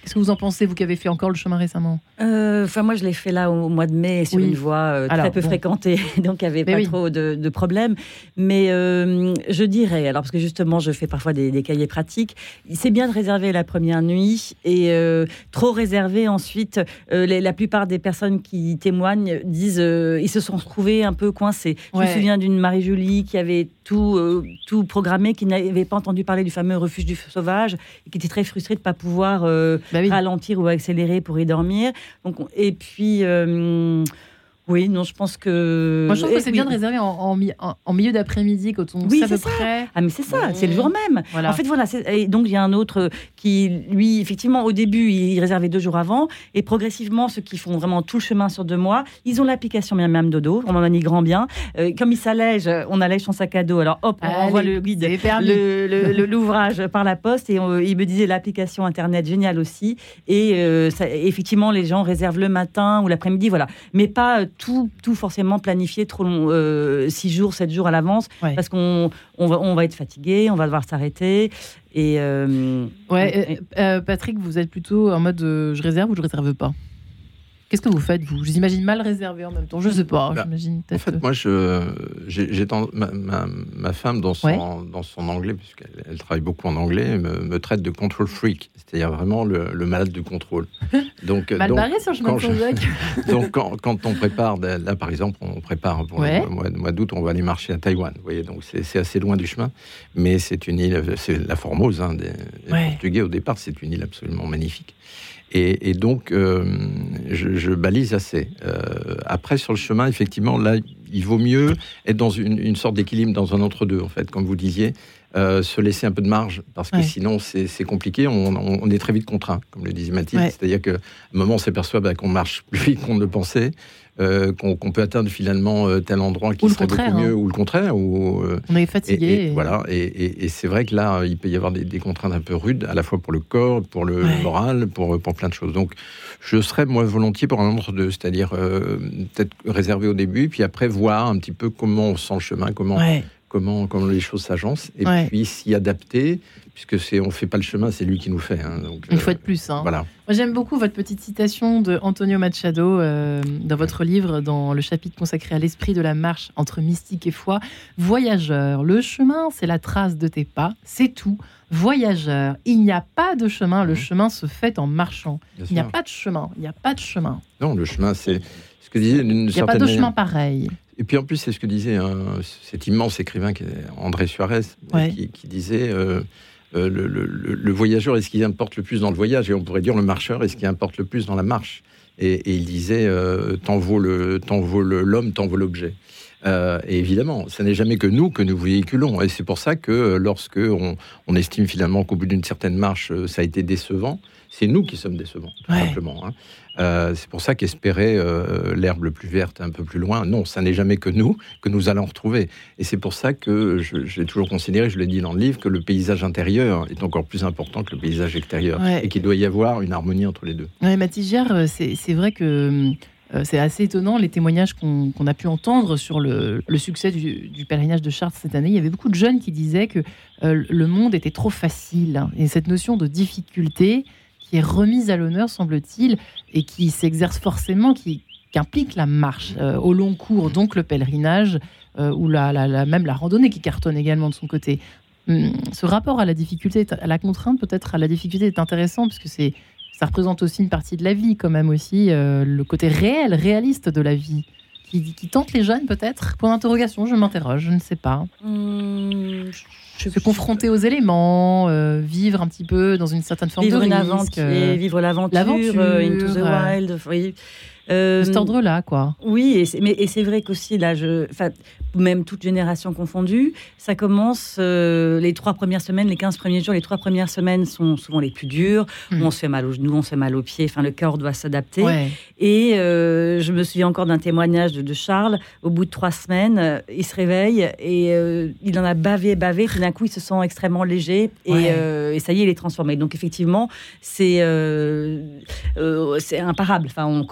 Qu'est-ce que vous en pensez, vous qui avez fait encore le chemin récemment ? euh, Enfin, moi, je l'ai fait là au mois de mai sur oui. une voie euh, très alors, peu bon. fréquentée, donc il n'y avait mais pas oui. trop de, de problèmes. Mais euh, je dirais, alors parce que justement, je fais parfois des, des cahiers pratiques, c'est bien de réserver la première nuit et euh, trop réserver ensuite. Euh, les, la plupart des personnes qui témoignent disent euh, ils se sont retrouvés un peu coincés. Je ouais. me souviens d'une Marie-Julie qui avait tout, euh, tout programmé, qui n'avait pas entendu parler du fameux refuge du sauvage et qui était très frustrée de ne pas pouvoir euh, bah oui. ralentir ou accélérer pour y dormir. Donc, et puis... Euh, Oui, non, je pense que... Moi, je trouve que c'est oui. bien de réserver en, en, en, en milieu d'après-midi, quand on oui, sait à peu ça. près. Ah, mais c'est ça, bon. c'est le jour même. Voilà. En fait, voilà. Et donc, il y a un autre qui, lui, effectivement, au début, il réservait deux jours avant. Et progressivement, ceux qui font vraiment tout le chemin sur deux mois, ils ont l'application Miam Miam Dodo. On en a mis grand bien. Euh, comme il s'allège, on allège son sac à dos. Alors, hop, on Allez, envoie le guide, le, le, le, l'ouvrage par la poste. Et on, il me disait l'application Internet, géniale aussi. Et euh, ça, effectivement, les gens réservent le matin ou l'après-midi, voilà. Mais pas tout, tout forcément planifié trop long, euh, six jours, sept jours à l'avance, ouais. parce qu'on on va, on va être fatigué, on va devoir s'arrêter. Et euh, ouais, et... Euh, Patrick, vous êtes plutôt en mode euh, je réserve ou je réserve pas ? Qu'est-ce que vous faites, vous ? Je vous imagine mal réservé en même temps. Je sais pas. Bah, j'imagine en fait, moi, je, j'ai, j'ai ten... ma, ma, ma femme, dans son, ouais. dans son anglais, puisqu'elle elle travaille beaucoup en anglais, me, me traite de control freak, c'est-à-dire vraiment le, le malade du contrôle. Donc, mal donc, barré sur le chemin de Saint-Jacques. Donc, quand, quand on prépare, là, par exemple, on prépare pour ouais. le mois, mois d'août, on va aller marcher à Taïwan. Vous voyez, donc c'est, c'est assez loin du chemin, mais c'est une île, c'est la Formose hein, des, des ouais. Portugais au départ, c'est une île absolument magnifique. Et, et donc, euh, je, je balise assez. Euh, après, sur le chemin, effectivement, là, il vaut mieux être dans une, une sorte d'équilibre, dans un entre-deux, en fait, comme vous disiez, euh, se laisser un peu de marge, parce que ouais. sinon, c'est, c'est compliqué. On, on, on est très vite contraint, comme le disait Mathilde. Ouais. C'est-à-dire qu'à un moment, on s'aperçoit bah, qu'on marche plus vite qu'on ne le pensait, euh, qu'on, qu'on peut atteindre finalement euh, tel endroit qui serait beaucoup hein. mieux, ou le contraire. Ou, euh, on est fatigué. Et, et, et... Voilà. Et, et, et c'est vrai que là, il peut y avoir des, des contraintes un peu rudes, à la fois pour le corps, pour le ouais. moral, pour, pour plein de choses. Donc, je serais, moi, volontiers pour un entre-deux, c'est-à-dire euh, peut-être réservé au début, puis après voir un petit peu comment on sent le chemin, comment, ouais. comment, comment les choses s'agencent, et ouais. puis s'y adapter, puisque c'est, on ne fait pas le chemin, c'est lui qui nous fait. Hein, donc, Une euh, fois de plus. Hein. Voilà. Moi, j'aime beaucoup votre petite citation de Antonio Machado euh, dans votre livre, dans le chapitre consacré à l'esprit de la marche entre mystique et foi. Voyageur, le chemin, c'est la trace de tes pas, c'est tout. Voyageur, il n'y a pas de chemin, le chemin se fait en marchant. Bien il sûr. n'y a pas de chemin, il n'y a pas de chemin. Non, le chemin, c'est ce que disait d'une certaine Il n'y a pas de manière. chemin pareil. Et puis en plus, c'est ce que disait hein, cet immense écrivain qui est André Suarez, ouais. qui, qui disait euh, euh, le, le, le voyageur est ce qui importe le plus dans le voyage, et on pourrait dire le marcheur est ce qui importe le plus dans la marche. Et, et il disait euh, tant vaut le, tant vaut le, l'homme, tant vaut l'objet. Euh, et évidemment, ce n'est jamais que nous que nous véhiculons. Et c'est pour ça que lorsque on, on estime finalement qu'au bout d'une certaine marche, ça a été décevant, c'est nous qui sommes décevants, tout ouais. simplement. Hein. Euh, c'est pour ça qu'espérer euh, l'herbe le plus verte un peu plus loin, non, ça n'est jamais que nous que nous allons retrouver. Et c'est pour ça que je, j'ai toujours considéré, je l'ai dit dans le livre, que le paysage intérieur est encore plus important que le paysage extérieur, ouais. et qu'il doit y avoir une harmonie entre les deux. Oui, Mathilde Giard, c'est, c'est vrai que euh, c'est assez étonnant les témoignages qu'on, qu'on a pu entendre sur le, le succès du, du pèlerinage de Chartres cette année. Il y avait beaucoup de jeunes qui disaient que euh, le monde était trop facile, et cette notion de difficulté qui est remise à l'honneur, semble-t-il, et qui s'exerce forcément, qui, qui implique la marche euh, au long cours, donc le pèlerinage, euh, ou la, la, la, même la randonnée qui cartonne également de son côté. Hum, ce rapport à la difficulté, à la contrainte, peut-être à la difficulté, est intéressant, parce que c'est, ça représente aussi une partie de la vie, quand même aussi, euh, le côté réel, réaliste de la vie, qui, qui tente les jeunes, peut-être. Point d'interrogation, je m'interroge, je ne sais pas. Hum... Se confronter aux éléments, euh, vivre un petit peu dans une certaine forme vivre de risque. Aventure, euh, vivre l'aventure, l'aventure euh, into the wild. Oui. Euh, de cet ordre-là, quoi. Oui, et c'est, mais, et c'est vrai qu'aussi, là, je, même toute génération confondue, ça commence euh, les trois premières semaines, les quinze premiers jours, les trois premières semaines sont souvent les plus dures. Mmh. On se fait mal aux genoux, on se fait mal aux pieds, enfin, le corps doit s'adapter. Ouais. Et euh, je me souviens encore d'un témoignage de, de Charles. Au bout de trois semaines, euh, il se réveille et euh, il en a bavé, bavé. Tout d'un coup, il se sent extrêmement léger et, ouais. euh, et ça y est, il est transformé. Donc, effectivement, c'est, euh, euh, c'est imparable. Enfin, on commence... Ouais.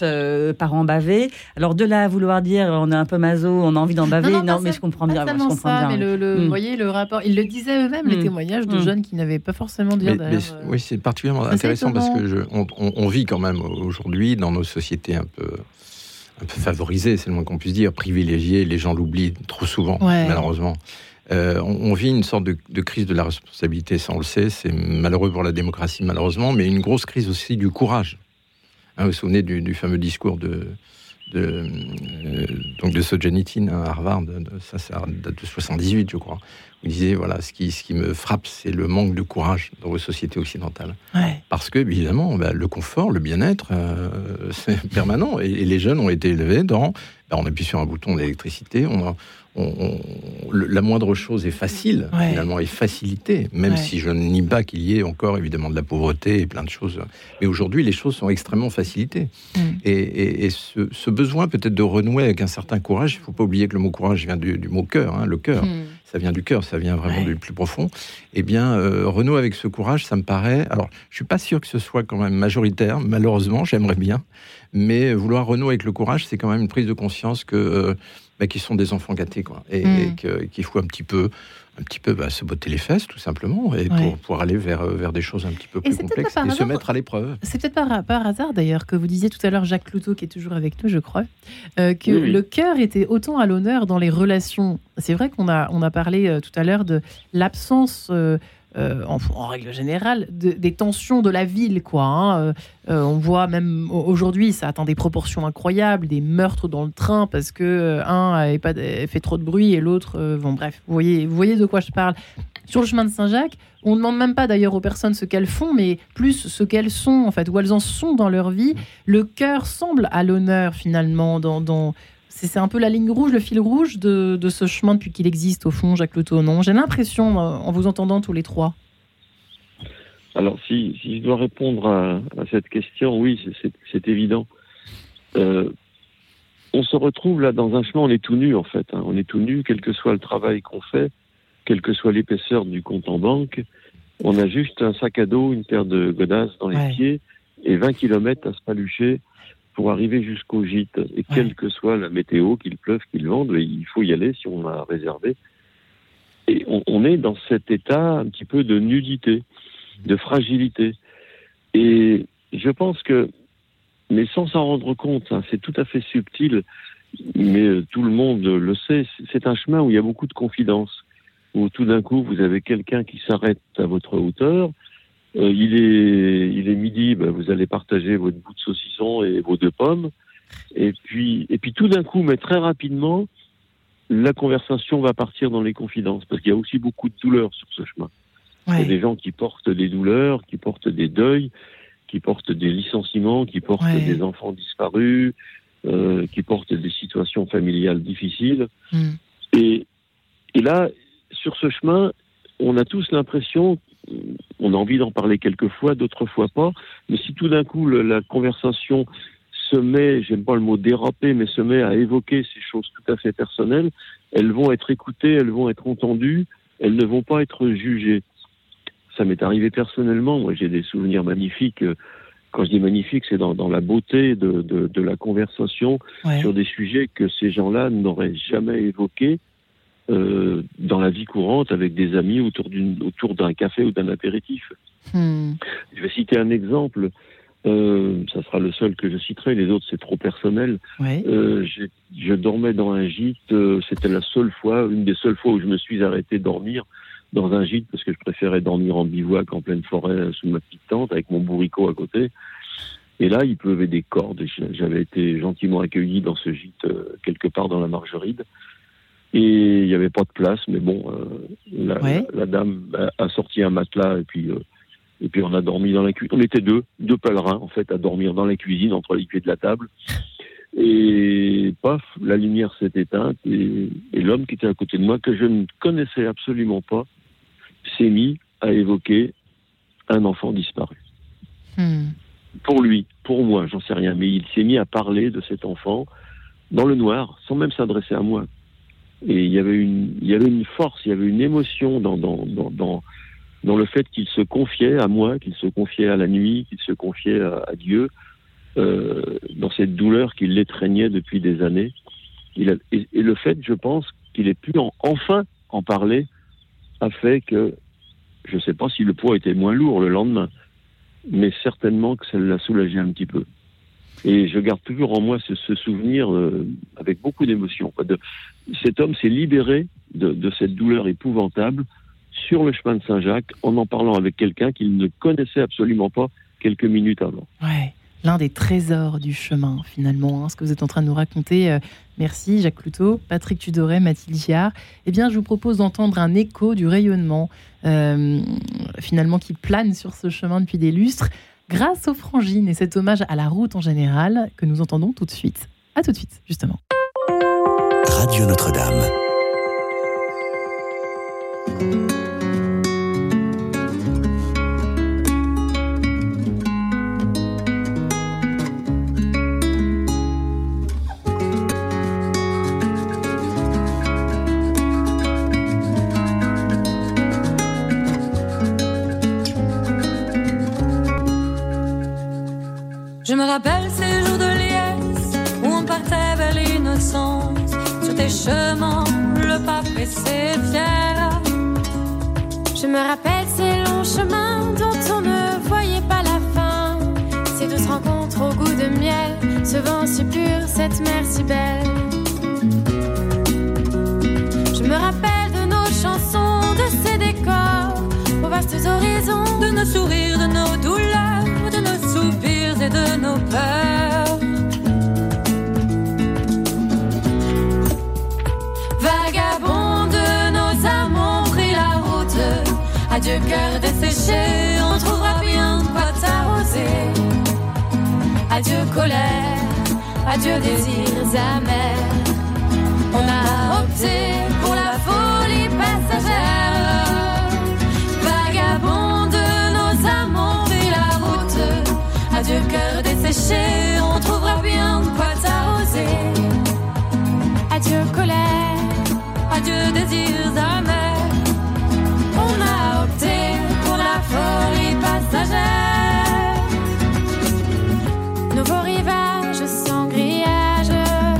euh, parents bavés. Alors de là à vouloir dire on est un peu maso, on a envie d'en baver, non, non, non mais je comprends bien. Pas je comprends ça, bien. Mais le, le, mm. vous voyez le rapport, ils le disaient eux-mêmes, mm. les témoignages de mm. jeunes qui n'avaient pas forcément dire mais, d'ailleurs. Mais, euh... Oui, c'est particulièrement c'est intéressant parce que je, on, on, on vit quand même aujourd'hui dans nos sociétés un peu, un peu favorisées, c'est le moins qu'on puisse dire, privilégiées. Les gens l'oublient trop souvent, ouais. malheureusement. Euh, on, on vit une sorte de, de crise de la responsabilité, ça on le sait, c'est malheureux pour la démocratie malheureusement, mais une grosse crise aussi du courage. Hein, vous vous souvenez du, du fameux discours de, de, euh, donc de Solzhenitsyn à Harvard, de, de, ça, ça date de soixante-dix-huit je crois. Vous disiez, voilà, ce qui, ce qui me frappe, c'est le manque de courage dans vos sociétés occidentales. Ouais. Parce que, évidemment, bah, le confort, le bien-être, euh, c'est permanent. Et, et les jeunes ont été élevés dans... Bah, on appuie sur un bouton d'électricité, on a, on, on, le, la moindre chose est facile, ouais. finalement, est facilitée, même ouais. si je ne nie pas qu'il y ait encore, évidemment, de la pauvreté et plein de choses. Mais aujourd'hui, les choses sont extrêmement facilitées. Mm. Et, et, et ce, ce besoin, peut-être, de renouer avec un certain courage, il ne faut pas oublier que le mot courage vient du, du mot cœur, hein, le cœur. Mm. Ça vient du cœur, ça vient vraiment ouais. du plus profond. Eh bien, euh, renouer avec ce courage, ça me paraît... Alors, je ne suis pas sûr que ce soit quand même majoritaire, malheureusement, j'aimerais bien. Mais vouloir renouer avec le courage, c'est quand même une prise de conscience que, euh, bah, qu'ils sont des enfants gâtés, quoi. Et, mmh. et que, qu'il faut un petit peu, un petit peu bah, se botter les fesses, tout simplement, et ouais. pour, pour aller vers, vers des choses un petit peu et plus complexes et hasard, se mettre à l'épreuve. C'est peut-être par, par hasard, d'ailleurs, que vous disiez tout à l'heure, Jacques Cloutot, qui est toujours avec nous, je crois, euh, que oui, oui. le cœur était autant à l'honneur dans les relations. C'est vrai qu'on a, on a parlé euh, tout à l'heure de l'absence... Euh, Euh, en, en règle générale, de, des tensions de la ville, quoi. Hein. Euh, on voit même aujourd'hui, ça atteint des proportions incroyables, des meurtres dans le train parce que euh, un a, pas, a fait trop de bruit et l'autre, euh, bon bref, vous voyez, vous voyez de quoi je parle. Sur le chemin de Saint-Jacques, on ne demande même pas d'ailleurs aux personnes ce qu'elles font, mais plus ce qu'elles sont, en fait, où elles en sont dans leur vie. Le cœur semble à l'honneur finalement dans, dans C'est, c'est un peu la ligne rouge, le fil rouge de, de ce chemin depuis qu'il existe, au fond, Jacques Cloutot, non ? J'ai l'impression, en vous entendant tous les trois. Alors, si, si je dois répondre à, à cette question, oui, c'est, c'est, c'est évident. Euh, on se retrouve là dans un chemin, on est tout nu, en fait. Hein. On est tout nu, quel que soit le travail qu'on fait, quelle que soit l'épaisseur du compte en banque. On a juste un sac à dos, une paire de godasses dans les ouais. pieds et vingt kilomètres à se palucher pour arriver jusqu'au gîte. Et ouais. quelle que soit la météo, qu'il pleuve, qu'il vente, il faut y aller si on a réservé. Et on, on est dans cet état un petit peu de nudité, de fragilité. Et je pense que, mais sans s'en rendre compte, hein, c'est tout à fait subtil, mais tout le monde le sait, c'est un chemin où il y a beaucoup de confidences, où tout d'un coup vous avez quelqu'un qui s'arrête à votre hauteur. Euh, il est, il est midi, ben vous allez partager votre bout de saucisson et vos deux pommes. Et puis, et puis tout d'un coup, mais très rapidement, la conversation va partir dans les confidences, parce qu'il y a aussi beaucoup de douleurs sur ce chemin. Ouais. Il y a des gens qui portent des douleurs, qui portent des deuils, qui portent des licenciements, qui portent ouais. des enfants disparus, euh, qui portent des situations familiales difficiles. Mm. Et, et là, sur ce chemin, on a tous l'impression... On a envie d'en parler quelques fois, d'autres fois pas. Mais si tout d'un coup le, la conversation se met, j'aime pas le mot déraper, mais se met à évoquer ces choses tout à fait personnelles, elles vont être écoutées, elles vont être entendues, elles ne vont pas être jugées. Ça m'est arrivé personnellement. Moi, j'ai des souvenirs magnifiques. Quand je dis magnifique, c'est dans, dans la beauté de, de, de la conversation ouais. sur des sujets que ces gens-là n'auraient jamais évoqués. Euh, dans la vie courante avec des amis autour, d'une, autour d'un café ou d'un apéritif. Hmm. Je vais citer un exemple, euh, ça sera le seul que je citerai, les autres c'est trop personnel. Ouais. Euh, j'ai, je dormais dans un gîte, euh, c'était la seule fois, une des seules fois où je me suis arrêté dormir dans un gîte parce que je préférais dormir en bivouac en pleine forêt sous ma petite tente avec mon bourricot à côté. Et là, il pleuvait des cordes et j'avais été gentiment accueilli dans ce gîte euh, quelque part dans la Margeride. Et il n'y avait pas de place, mais bon, euh, la, ouais. la, la dame a sorti un matelas et puis, euh, et puis on a dormi dans la cuisine. On était deux, deux pèlerins en fait, à dormir dans la cuisine entre les pieds de la table. Et paf, la lumière s'est éteinte et, et l'homme qui était à côté de moi, que je ne connaissais absolument pas, s'est mis à évoquer un enfant disparu. Hmm. Pour lui, pour moi, j'en sais rien, mais il s'est mis à parler de cet enfant dans le noir, sans même s'adresser à moi. Et il y avait une, il y avait une force, il y avait une émotion dans, dans, dans, dans, dans le fait qu'il se confiait à moi, qu'il se confiait à la nuit, qu'il se confiait à, à Dieu, euh, dans cette douleur qui l'étreignait depuis des années. Il a, et, et le fait, je pense, qu'il ait pu en, enfin en parler a fait que, je ne sais pas si le poids était moins lourd le lendemain, mais certainement que ça l'a soulagé un petit peu. Et je garde toujours en moi ce, ce souvenir euh, avec beaucoup d'émotion. De, cet homme s'est libéré de, de cette douleur épouvantable sur le chemin de Saint-Jacques en en parlant avec quelqu'un qu'il ne connaissait absolument pas quelques minutes avant. Ouais, l'un des trésors du chemin, finalement, hein, ce que vous êtes en train de nous raconter. Euh, merci Jacques Cloutot, Patrick Tudoret, Mathilde Giard. Eh bien, je vous propose d'entendre un écho du rayonnement, euh, finalement, qui plane sur ce chemin depuis des lustres, grâce aux frangines et cet hommage à la route en général que nous entendons tout de suite. À tout de suite, justement. Radio Notre-Dame. Je me rappelle ces jours de liesse où on partait vers l'innocence. Sur tes chemins, le pas pressé fier. Je me rappelle ces longs chemins dont on ne voyait pas la fin. Ces douces rencontres au goût de miel, ce vent si pur, cette mer si belle. Je me rappelle de nos chansons, de ces décors, aux vastes horizons, de nos sourires, de nos douleurs, de nos soupirs et de nos peurs. Vagabonds de nos âmes ont pris la route. Adieu cœur desséché, on trouvera bien quoi t'arroser. Adieu colère, adieu désirs amers. On a opté pour la folie passagère. Vagabonds de nos âmes ont pris la route. Adieu cœur desséché, on trouvera bien quoi t'arroser. Adieu colère, adieu désirs amers. On a opté pour la folie passagère. Nouveau rivage sans grillage,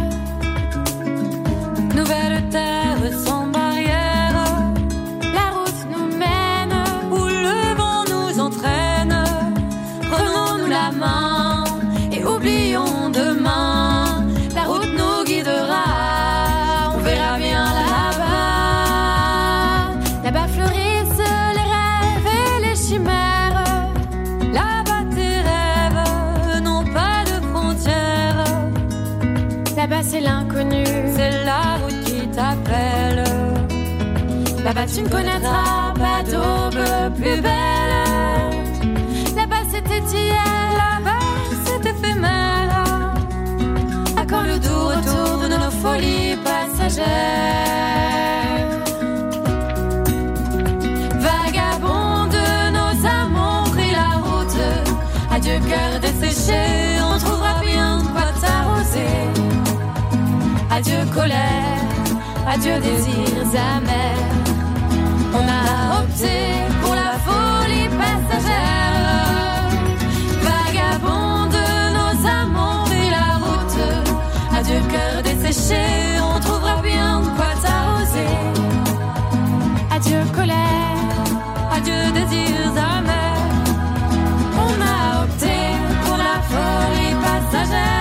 nouvelle terre sans barrière. La route nous mène où le vent nous entraîne. Prenons-nous la main et oublions demain. La route nous guidera, on verra bien là-bas. Là-bas fleurissent les rêves et les chimères. Là-bas tes rêves n'ont pas de frontières. Là-bas c'est l'inconnu, c'est la route qui t'appelle. Là-bas tu ne connaîtras pas d'aube plus belle. Là-bas c'était hier, là-bas c'est éphémère. À quand le doux retour de nos folies passagères. Vagabonds de nos âmes ont pris la route. Adieu cœur desséché, on trouvera bien quoi t'arroser. Adieu colère, adieu désirs amers. On a opté pour la folie passagère. Vagabonds de nos âmes ont pris la route. Adieu cœur desséché, on trouvera bien quoi t'arroser. Adieu colère, adieu désirs amers. On a opté pour la folie passagère.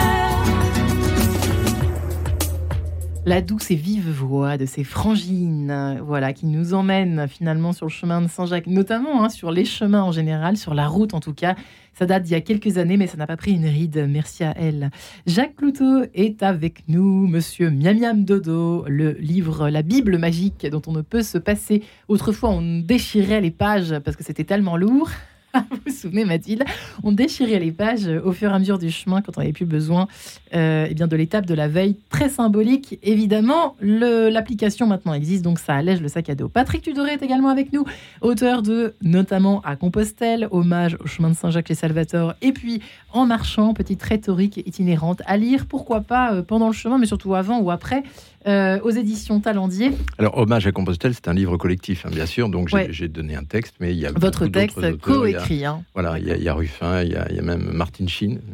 La douce et vive voix de ces frangines, voilà, qui nous emmènent finalement sur le chemin de Saint-Jacques, notamment hein, sur les chemins en général, sur la route en tout cas. Ça date d'il y a quelques années, mais ça n'a pas pris une ride. Merci à elle. Jacques Cloutot est avec nous, Monsieur Miam Miam Dodo, le livre La Bible magique dont on ne peut se passer. Autrefois, on déchirait les pages parce que c'était tellement lourd. Vous vous souvenez, Mathilde, on déchirait les pages au fur et à mesure du chemin quand on n'avait plus besoin euh, eh bien de l'étape de la veille. Très symbolique, évidemment. Le, l'application maintenant existe, donc ça allège le sac à dos. Patrick Tudoret est également avec nous, auteur de notamment À Compostelle, hommage au chemin de Saint-Jacques les Salvatore, et puis En marchant, petite rhétorique itinérante à lire, pourquoi pas euh, pendant le chemin, mais surtout avant ou après. Euh, aux éditions Talendier. Alors, Hommage à Compostelle, c'est un livre collectif, hein, bien sûr. Donc, j'ai, ouais. j'ai donné un texte, mais il y a votre texte auteurs, coécrit. Il y a, hein. Voilà, il y a, il y a Ruffin, il y a, il y a même Martine Sheen, euh,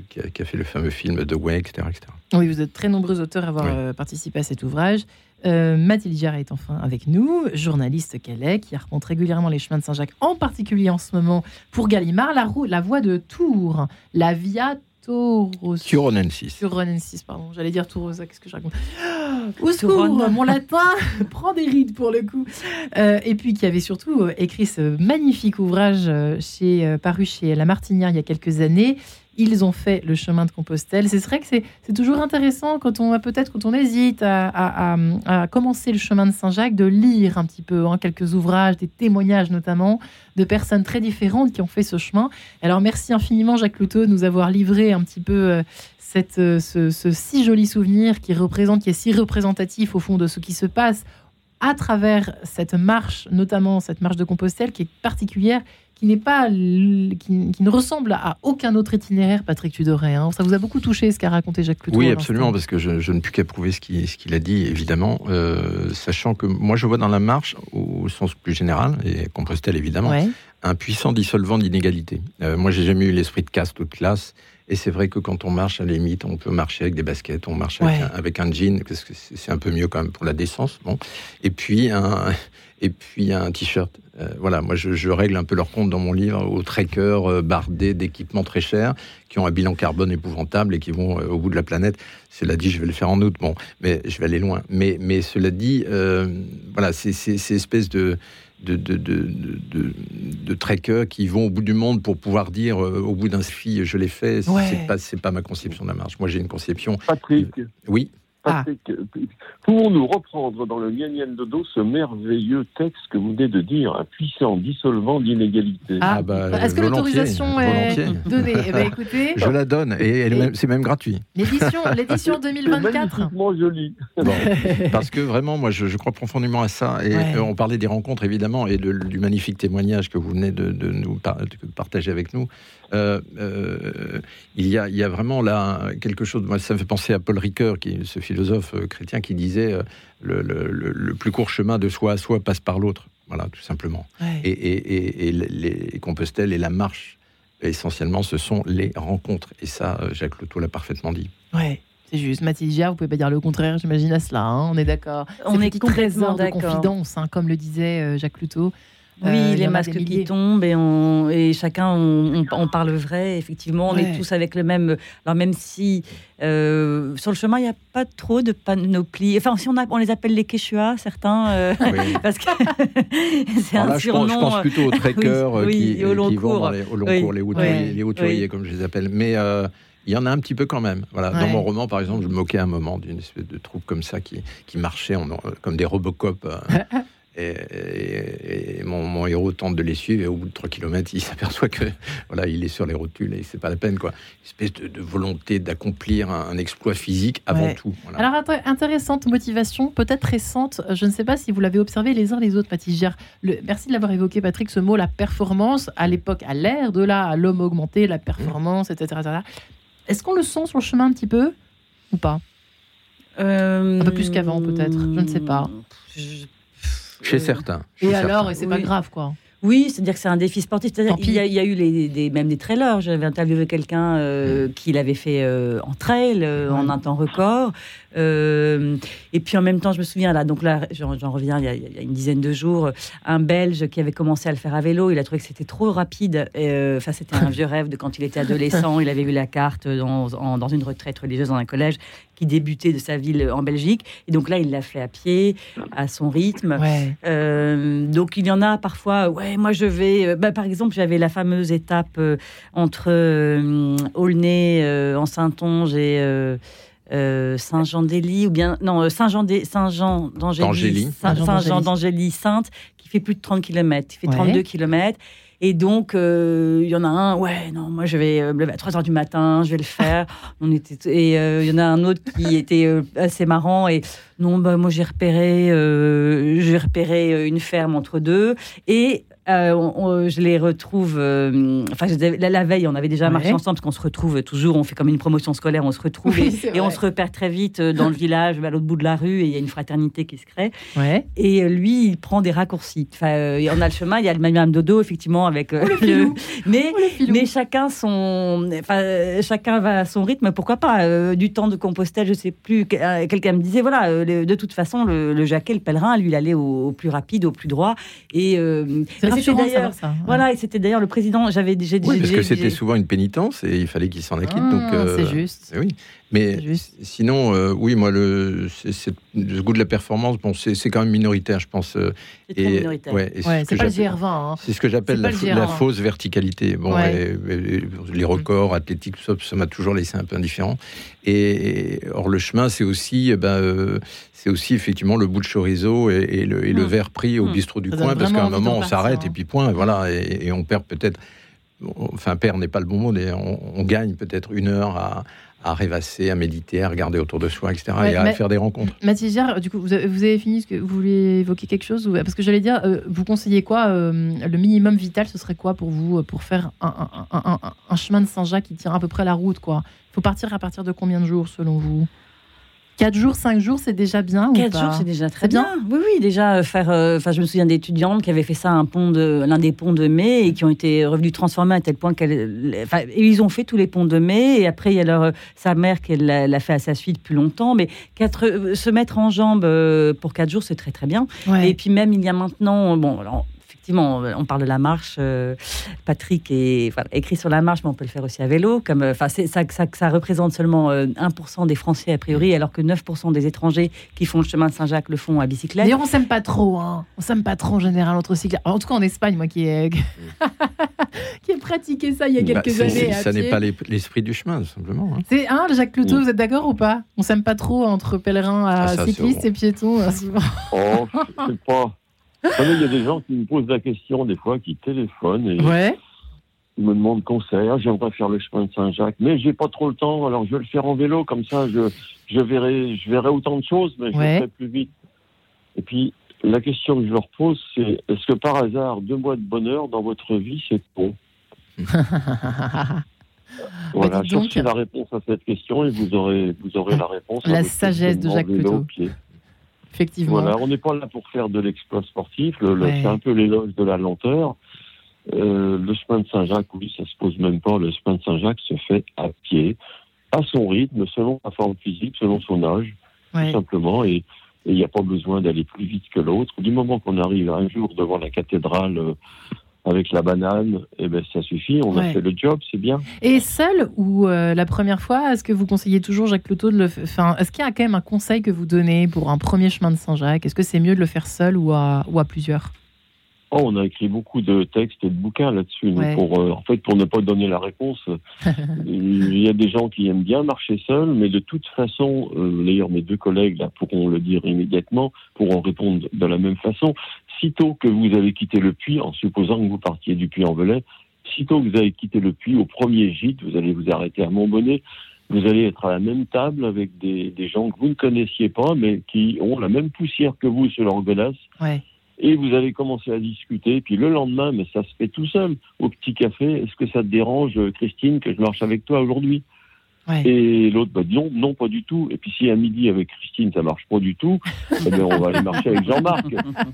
qui, a, qui a fait le fameux film The Way, et cetera, et cetera. Oui, vous êtes très nombreux auteurs à avoir oui. euh, participé à cet ouvrage. Euh, Mathilde Jarre est enfin avec nous, journaliste qu'elle est, qui raconte régulièrement les chemins de Saint-Jacques, en particulier en ce moment pour Gallimard, la, roue, la voie de Tours, la Via Tauros. Turonensis. Turonensis, pardon. J'allais dire Tourosa, qu'est-ce que je raconte ? Au secours, mon latin prend des rides pour le coup. Euh, et puis qui avait surtout écrit ce magnifique ouvrage chez, euh, paru chez La Martinière il y a quelques années. Ils ont fait le chemin de Compostelle. C'est vrai que c'est, c'est toujours intéressant quand on peut-être quand on hésite à, à, à, à commencer le chemin de Saint-Jacques, de lire un petit peu hein, quelques ouvrages, des témoignages notamment de personnes très différentes qui ont fait ce chemin. Alors merci infiniment Jacques Loutot de nous avoir livré un petit peu euh, cette, euh, ce, ce si joli souvenir qui représente, qui est si représentatif au fond de ce qui se passe à travers cette marche, notamment cette marche de Compostelle qui est particulière, qui n'est pas, qui, qui ne ressemble à aucun autre itinéraire, Patrick Tudoret. Hein. Ça vous a beaucoup touché ce qu'a raconté Jacques Loutot? Oui, absolument, parce que je, je ne puis qu'approuver ce qu'il, ce qu'il a dit, évidemment, euh, sachant que moi je vois dans la marche, au sens plus général, et Compostelle évidemment, ouais. un puissant dissolvant d'inégalité. Euh, moi j'ai jamais eu l'esprit de caste ou de classe, et c'est vrai que quand on marche, à la limite, on peut marcher avec des baskets, on marche avec, ouais. un, avec un jean, parce que c'est, c'est un peu mieux quand même pour la décence. Bon. Et puis un, et puis un t-shirt. Euh, voilà, moi je, je règle un peu leur compte dans mon livre aux trekkers euh, bardés d'équipements très chers, qui ont un bilan carbone épouvantable et qui vont euh, au bout de la planète. Cela dit, je vais le faire en août, bon, mais je vais aller loin. Mais, mais cela dit, euh, voilà, c'est, c'est, c'est espèce de De, de, de, de, de trekkers qui vont au bout du monde pour pouvoir dire euh, au bout d'un ski je l'ai fait. Ouais. C'est pas c'est pas ma conception de la marche. Moi j'ai une conception. Patrick. Oui. Patrick, ah. pouvons-nous reprendre dans le Gnen Gnen Dodo ce merveilleux texte que vous venez de dire, un puissant dissolvant d'inégalité? Ah, ah bah, est-ce que l'autorisation est donnée? Eh ben, écoutez, je la donne et, elle, et c'est même gratuit. L'édition, l'édition deux mille vingt-quatre. C'est magnifiquement joli. Bon, parce que vraiment, moi, je, je crois profondément à ça. Et ouais. euh, on parlait des rencontres évidemment et de, du magnifique témoignage que vous venez de, de nous par, de partager avec nous. Euh, euh, il y a, il y a vraiment là quelque chose. Moi, ça me fait penser à Paul Ricoeur, qui est ce philosophe euh, chrétien qui disait euh, le, le, le, le plus court chemin de soi à soi passe par l'autre. Voilà, tout simplement. Ouais. Et, et, et, et les Compostelle et la marche, essentiellement, ce sont les rencontres. Et ça, Jacques Loutot l'a parfaitement dit. Ouais. C'est juste, Mathilde Jarre, vous pouvez pas dire le contraire, j'imagine à cela. Hein, on est d'accord. On c'est est complètement d'accord. De confidence, hein, comme le disait euh, Jacques Loutot. Oui, euh, les masques qui tombent et, on, et chacun, on, on, on parle vrai, effectivement. On ouais. est tous avec le même... Alors même si euh, sur le chemin, il n'y a pas trop de panoplie. Enfin, si on, a, on les appelle les Quechua, certains, euh, oui. parce que c'est alors un là, surnom... Je pense, je pense plutôt aux trekkers oui, qui, oui, au long qui cours. vont dans les, au long cours, oui. les hauturiers, oui. les hauturiers oui. comme je les appelle. Mais... Euh, il y en a un petit peu quand même. Voilà. Ouais. Dans mon roman, par exemple, je me moquais un moment d'une espèce de troupe comme ça qui, qui marchait en, comme des Robocop. Euh, et, et, et mon, mon héros tente de les suivre et au bout de trois kilomètres, il s'aperçoit que voilà, il est sur les rotules et c'est pas la peine, quoi. Une espèce de, de volonté d'accomplir un, un exploit physique avant ouais. tout. Voilà. Alors, int- intéressante motivation, peut-être récente. Je ne sais pas si vous l'avez observé les uns les autres, Mathilde Jarre. Le, merci de l'avoir évoqué, Patrick, ce mot, la performance, à l'époque, à l'ère de là, à l'homme augmenté, la performance, mmh. et cetera, et cetera. Est-ce qu'on le sent sur le chemin un petit peu ou pas euh, Un peu plus qu'avant peut-être, je ne sais pas. Je, Chez euh, certains. Chez et certains. Alors, et c'est oui. pas grave quoi. Oui, c'est-à-dire que c'est un défi sportif. C'est-à-dire qu'il y a, il y a eu les, des, même des trailers. J'avais interviewé quelqu'un euh, mmh. qui l'avait fait euh, en trail, euh, mmh. en un temps record. Euh, et puis en même temps, je me souviens, là, donc là, j'en, j'en reviens, il y, a, il y a une dizaine de jours, un Belge qui avait commencé à le faire à vélo, il a trouvé que c'était trop rapide. Enfin, euh, c'était un vieux rêve de quand il était adolescent. Il avait eu la carte dans, en, dans une retraite religieuse dans un collège qui débutait de sa ville en Belgique. Et donc là, il l'a fait à pied, à son rythme. Ouais. Euh, donc il y en a parfois, ouais, moi je vais... Bah, par exemple, j'avais la fameuse étape euh, entre euh, Aulnay, euh, en Saintonge et... Euh, Euh, Saint-Jean-d'Ély ou bien non Saint-Jean Saint-Jean d'Angély Saint-Jean d'Angély Sainte qui fait plus de trente kilomètres, il fait ouais. trente-deux kilomètres et donc il euh, y en a un ouais non moi je vais me lever à trois heures du matin, je vais le faire. On était et il euh, y en a un autre qui était euh, assez marrant et non bah moi j'ai repéré euh, j'ai repéré une ferme entre deux et Euh, on, on, je les retrouve. Euh, enfin, la, la veille, on avait déjà ouais. marché ensemble parce qu'on se retrouve toujours. On fait comme une promotion scolaire, on se retrouve oui, et, et on se repère très vite dans le village, à l'autre bout de la rue, et il y a une fraternité qui se crée. Ouais. Et lui, il prend des raccourcis. Enfin, euh, on a le chemin, il y a le Mamam Dodo, effectivement, avec. Euh, oh, le le... Mais, oh, le mais chacun chacun son, enfin, chacun va à son rythme. Pourquoi pas euh, du temps de Compostelle, je sais plus. Quelqu'un me disait voilà, euh, de toute façon, le, le Jacquet, le pèlerin, lui, il allait au, au plus rapide, au plus droit. Et euh, c'est rassurant d'ailleurs ça. Ouais. Voilà, et c'était d'ailleurs le président. J'avais, j'ai, oui, j'ai, parce j'ai, que c'était j'ai... souvent une pénitence et il fallait qu'il s'en acquitte. Ah, donc euh, c'est juste. Oui. Mais sinon, euh, oui, moi, le, c'est, c'est, le goût de la performance, bon, c'est, c'est quand même minoritaire, je pense. Euh, c'est très et, minoritaire. Ouais, et ouais, c'est, c'est pas le G R vingt. Hein. C'est ce que j'appelle la, la fausse verticalité. Bon, ouais. et, et, les records athlétiques, ça, ça m'a toujours laissé un peu indifférent. Et, et or, le chemin, c'est aussi, ben, euh, c'est aussi effectivement le bout de chorizo et, et, le, et mmh. le verre pris au mmh. bistrot du ça coin, parce qu'à un moment, on s'arrête hein. et puis point, voilà, et, et on perd peut-être. Enfin, perdre n'est pas le bon mot, mais on, on gagne peut-être une heure à, à rêvasser, à méditer, à regarder autour de soi, et cetera, ouais, et à ma... faire des rencontres. Mathilde Giard, du coup, vous avez, vous avez fini, ce que vous voulez évoquer quelque chose ou... Parce que j'allais dire, euh, vous conseillez quoi euh, le minimum vital, ce serait quoi pour vous, pour faire un, un, un, un, un chemin de Saint-Jacques qui tient à peu près la route, quoi. Il faut partir à partir de combien de jours, selon vous ? quatre jours, cinq jours, c'est déjà bien quatre jours, c'est déjà très c'est bien. bien. Oui, oui, déjà faire. Enfin, euh, je me souviens d'étudiantes qui avaient fait ça à un pont de l'un des ponts de mai et qui ont été revenues transformées à tel point qu'elles. Enfin, ils ont fait tous les ponts de mai et après il y a leur sa mère qui l'a, l'a fait à sa suite plus longtemps. Mais quatre, euh, se mettre en jambes euh, pour quatre jours, c'est très très bien. Ouais. Et puis même il y a maintenant, bon. Alors, effectivement, on parle de la marche. Euh, Patrick est enfin, écrit sur la marche, mais on peut le faire aussi à vélo. Comme, enfin, c'est, ça, ça, ça représente seulement euh, un pour cent des Français, a priori, alors que neuf pour cent des étrangers qui font le chemin de Saint-Jacques le font à bicyclette. D'ailleurs, on s'aime pas trop. Hein. On s'aime pas trop en général entre cyclistes. En tout cas, en Espagne, moi qui ai, qui ai pratiqué ça il y a quelques bah, années. Ça n'est pas l'esprit du chemin, tout simplement. Hein. C'est hein, Jacques Cloutot, mmh. vous êtes d'accord ou pas ? On s'aime pas trop entre pèlerins à ah, ça, cyclistes et piétons. Oh, je sais pas. Il y a des gens qui me posent la question, des fois, qui téléphonent et ouais. ils me demandent conseil. Ah, j'aimerais faire le chemin de Saint-Jacques, mais j'ai pas trop le temps, alors je vais le faire en vélo, comme ça, je, je, verrai, je verrai autant de choses, mais je ouais. le ferai plus vite. Et puis, la question que je leur pose, c'est est-ce que par hasard, deux mois de bonheur dans votre vie, c'est bon ? Voilà, bah, cherchez la réponse à cette question et vous aurez, vous aurez la réponse. La sagesse de Jacques Cloutot. Effectivement. Voilà, on n'est pas là pour faire de l'exploit sportif, le, le, ouais. c'est un peu l'éloge de la lenteur. Euh, le chemin de Saint-Jacques, oui, ça se pose même pas. Le chemin de Saint-Jacques se fait à pied, à son rythme, selon sa forme physique, selon son âge, ouais. tout simplement. Et il n'y a pas besoin d'aller plus vite que l'autre. Du moment qu'on arrive un jour devant la cathédrale euh, avec la banane, eh ben, ça suffit, on ouais. a fait le job, c'est bien. Et seul ou euh, la première fois, est-ce que vous conseillez toujours Jacques Cloutot de le faire enfin, est-ce qu'il y a quand même un conseil que vous donnez pour un premier chemin de Saint-Jacques ? Est-ce que c'est mieux de le faire seul ou à, ou à plusieurs ? Oh, on a écrit beaucoup de textes et de bouquins là-dessus. Ouais. Pour, euh, en fait, pour ne pas donner la réponse, il y a des gens qui aiment bien marcher seuls, mais de toute façon, euh, d'ailleurs mes deux collègues là, pourront le dire immédiatement, pourront répondre de la même façon. Sitôt que vous avez quitté le puits, en supposant que vous partiez du Puy-en-Velay, sitôt que vous avez quitté le puits, au premier gîte, vous allez vous arrêter à Montbonnet, vous allez être à la même table avec des, des gens que vous ne connaissiez pas, mais qui ont la même poussière que vous sur leur godasse. Ouais. Et vous allez commencer à discuter, puis le lendemain, mais ça se fait tout seul, au petit café, est-ce que ça te dérange, Christine, que je marche avec toi aujourd'hui ? Ouais. Et l'autre, bah, non, non, pas du tout. Et puis si à midi avec Christine, ça marche pas du tout, eh bien, on va aller marcher avec Jean-Marc.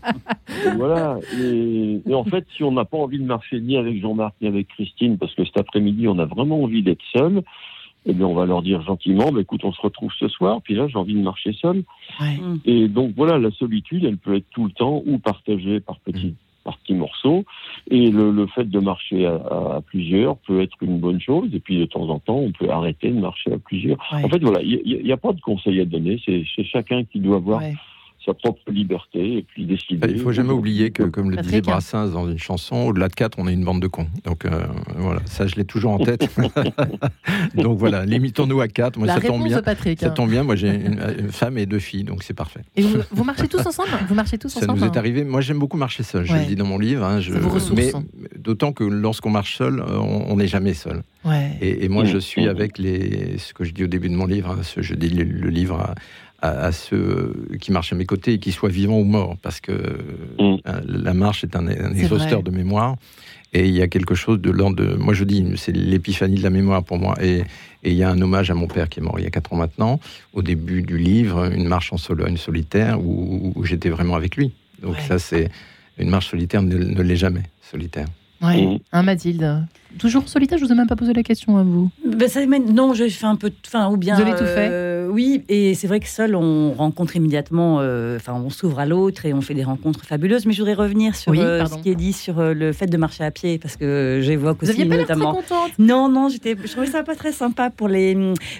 Et voilà. Et, et en fait, si on n'a pas envie de marcher ni avec Jean-Marc ni avec Christine, parce que cet après-midi, on a vraiment envie d'être seul, eh bien, on va leur dire gentiment, bah, écoute, on se retrouve ce soir, puis là, j'ai envie de marcher seul. Ouais. Et donc, voilà, la solitude, elle peut être tout le temps ou partagée par petits, par petits morceaux. Et le, le fait de marcher à, à plusieurs peut être une bonne chose. Et puis, de temps en temps, on peut arrêter de marcher à plusieurs. Ouais. En fait, voilà, il n'y a, a pas de conseil à donner. C'est, c'est chacun qui doit voir ouais. sa propre liberté et puis décider. Il ne faut jamais oublier que, comme le disait Brassens dans une chanson, au-delà de quatre, on est une bande de cons. Donc euh, voilà, ça je l'ai toujours en tête. Donc voilà, limitons-nous à quatre. Moi, La ça tombe bien. Patrick, ça hein. tombe bien. Moi, j'ai une, une femme et deux filles, donc c'est parfait. Et vous, vous marchez tous ensemble Vous marchez tous ça ensemble nous est arrivé. Moi, j'aime beaucoup marcher seul. Je ouais. le dis dans mon livre. Hein, je, ça vous ressource. Mais d'autant que lorsqu'on marche seul, on n'est jamais seul. Ouais. Et, et moi, mmh. je suis avec les, ce que je dis au début de mon livre. Hein, ce, je dis le, le livre. À, À, à ceux qui marchent à mes côtés et qui soient vivants ou morts, parce que mmh. la marche est un, un exhausteur de mémoire, et il y a quelque chose de l'ordre de... Moi je dis, c'est l'épiphanie de la mémoire pour moi, et il y a un hommage à mon père qui est mort il y a quatre ans maintenant, au début du livre, une marche en Sologne solitaire, où, où j'étais vraiment avec lui. Donc ouais. ça, c'est... Une marche solitaire ne, ne l'est jamais, solitaire. Oui, mmh. hein, Mathilde. Toujours solitaire, je vous ai même pas posé la question à vous. Ben ça, non, je fais un peu, enfin ou bien. Vous avez tout fait. Euh, oui, et c'est vrai que seul, on rencontre immédiatement, enfin, euh, on s'ouvre à l'autre et on fait des rencontres fabuleuses. Mais je voudrais revenir sur oui, euh, ce qui est dit sur euh, le fait de marcher à pied, parce que j'évoque aussi vous aviez pas notamment. L'air très contente. Non, non, j'étais, je trouvais ça pas très sympa pour les.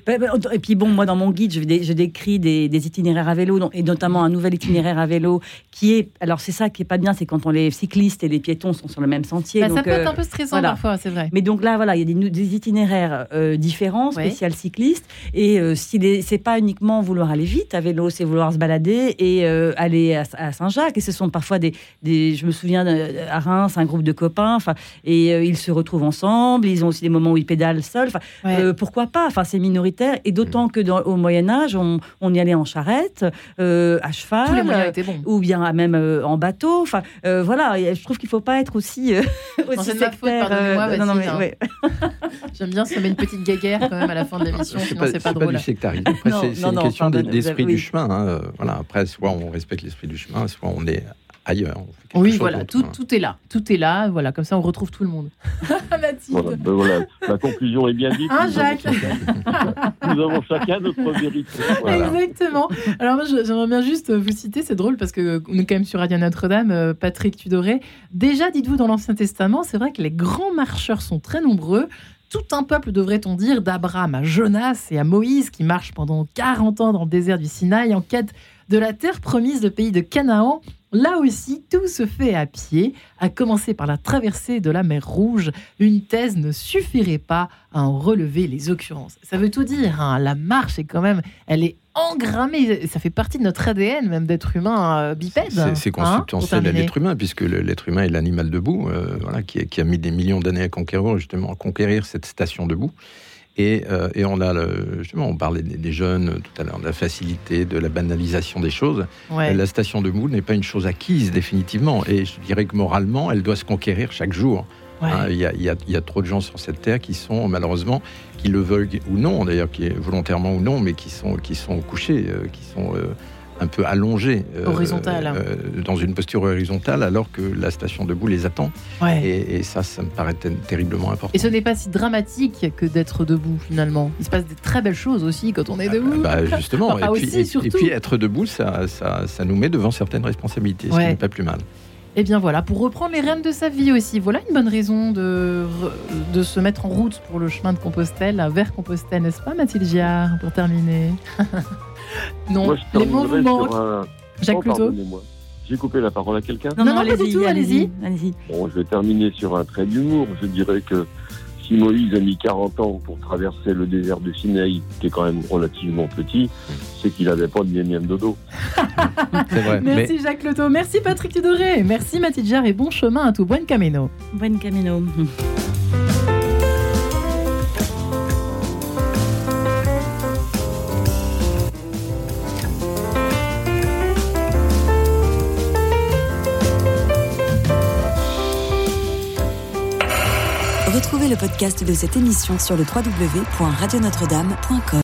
Et puis bon, moi dans mon guide, je, dé, je décris des, des itinéraires à vélo, et notamment un nouvel itinéraire à vélo qui est, alors c'est ça qui est pas bien, c'est quand on les cyclistes et les piétons sont sur le même sentier. Bah, donc, ça peut euh, être un peu stressant voilà. parfois, c'est vrai. Mais donc là, voilà, il y a des, des itinéraires euh, différents, spécial ouais. cyclistes. Et euh, si les, c'est pas uniquement vouloir aller vite à vélo, c'est vouloir se balader et euh, aller à, à Saint-Jacques. Et ce sont parfois des, des je me souviens à Reims, un groupe de copains. Enfin, et euh, ils se retrouvent ensemble. Ils ont aussi des moments où ils pédalent seuls. Enfin, ouais. euh, pourquoi pas ? Enfin, c'est minoritaire. Et d'autant que dans, au Moyen Âge, on, on y allait en charrette, euh, à cheval, tous les moyens étaient bons. Ou bien même euh, en bateau. Enfin, euh, voilà. Je trouve qu'il faut pas être aussi euh, aussi non, c'est sectaire. faute, pardonnez-moi, euh, non, non, mais, ouais. J'aime bien se mettre une petite guéguerre quand même à la fin de l'émission, sinon pas, c'est pas c'est drôle. Pas du sectarisme. Après, non, c'est, c'est non, une non, question pardon, d'esprit oui. du chemin. Hein. Voilà. Après, soit on respecte l'esprit du chemin, soit on est ailleurs. On oui, voilà, tout, tout est là. Tout est là. Voilà, comme ça, on retrouve tout le monde. Mathilde. Voilà, ben voilà, la conclusion est bien dite. Hein, nous Jacques avons chacun, Nous avons chacun notre vérité. Voilà. Exactement. Alors, moi, j'aimerais bien juste vous citer, c'est drôle parce qu'on est quand même sur Radio Notre-Dame, Patrick Tudoré. Déjà, dites-vous, dans l'Ancien Testament, c'est vrai que les grands marcheurs sont très nombreux. Tout un peuple, devrait-on dire, d'Abraham à Jonas et à Moïse, qui marchent pendant quarante ans dans le désert du Sinaï en quête de la terre promise, le pays de Canaan. Là aussi, tout se fait à pied, à commencer par la traversée de la mer Rouge. Une thèse ne suffirait pas à en relever les occurrences. Ça veut tout dire, hein. La marche est quand même, elle est engrammée. Ça fait partie de notre A D N, même d'être humain euh, bipède. C'est, c'est consubstantiel hein, à l'être humain, puisque le, l'être humain est l'animal debout, euh, voilà, qui, qui a mis des millions d'années à conquérir, justement, à conquérir cette station debout. Et, euh, et on a le, justement, on parlait des, des jeunes tout à l'heure, de la facilité, de la banalisation des choses. Ouais. La station debout n'est pas une chose acquise définitivement, et je dirais que moralement, elle doit se conquérir chaque jour. Ouais. Hein, il y a, il y a, il y a trop de gens sur cette terre qui sont malheureusement, qui le veulent ou non, d'ailleurs, qui est volontairement ou non, mais qui sont, qui sont couchés, euh, qui sont euh, un peu allongés, euh, horizontale, euh, dans une posture horizontale, alors que la station debout les attend. Ouais. Et, et ça, ça me paraît t- terriblement important. Et ce n'est pas si dramatique que d'être debout, finalement. Il se passe des très belles choses aussi quand on est debout. Bah, justement. enfin, et, puis, aussi, et, et puis être debout, ça, ça, ça nous met devant certaines responsabilités, ce ouais. qui n'est pas plus mal. Et bien voilà, pour reprendre les rênes de sa vie aussi, voilà une bonne raison de, de se mettre en route pour le chemin de Compostelle, vers Compostelle, n'est-ce pas, Mathilde Giard, pour terminer? Non, moi, les mots vous manquent. Un... Jacques oh, Plutôt. J'ai coupé la parole à quelqu'un? Non, non, non, allez-y, tout, allez-y. allez-y. Bon, je vais terminer sur un trait d'humour. Je dirais que si Moïse a mis quarante ans pour traverser le désert de Sinaï, qui est quand même relativement petit, c'est qu'il n'avait pas de miam-miam dodo. C'est vrai. Merci mais... Jacques Loto, merci Patrick Tudoré, merci Mathilde Giard et bon chemin à tout. Buen camino. Buen camino. Retrouvez le podcast de cette émission sur le w w w point radio notre dame point com.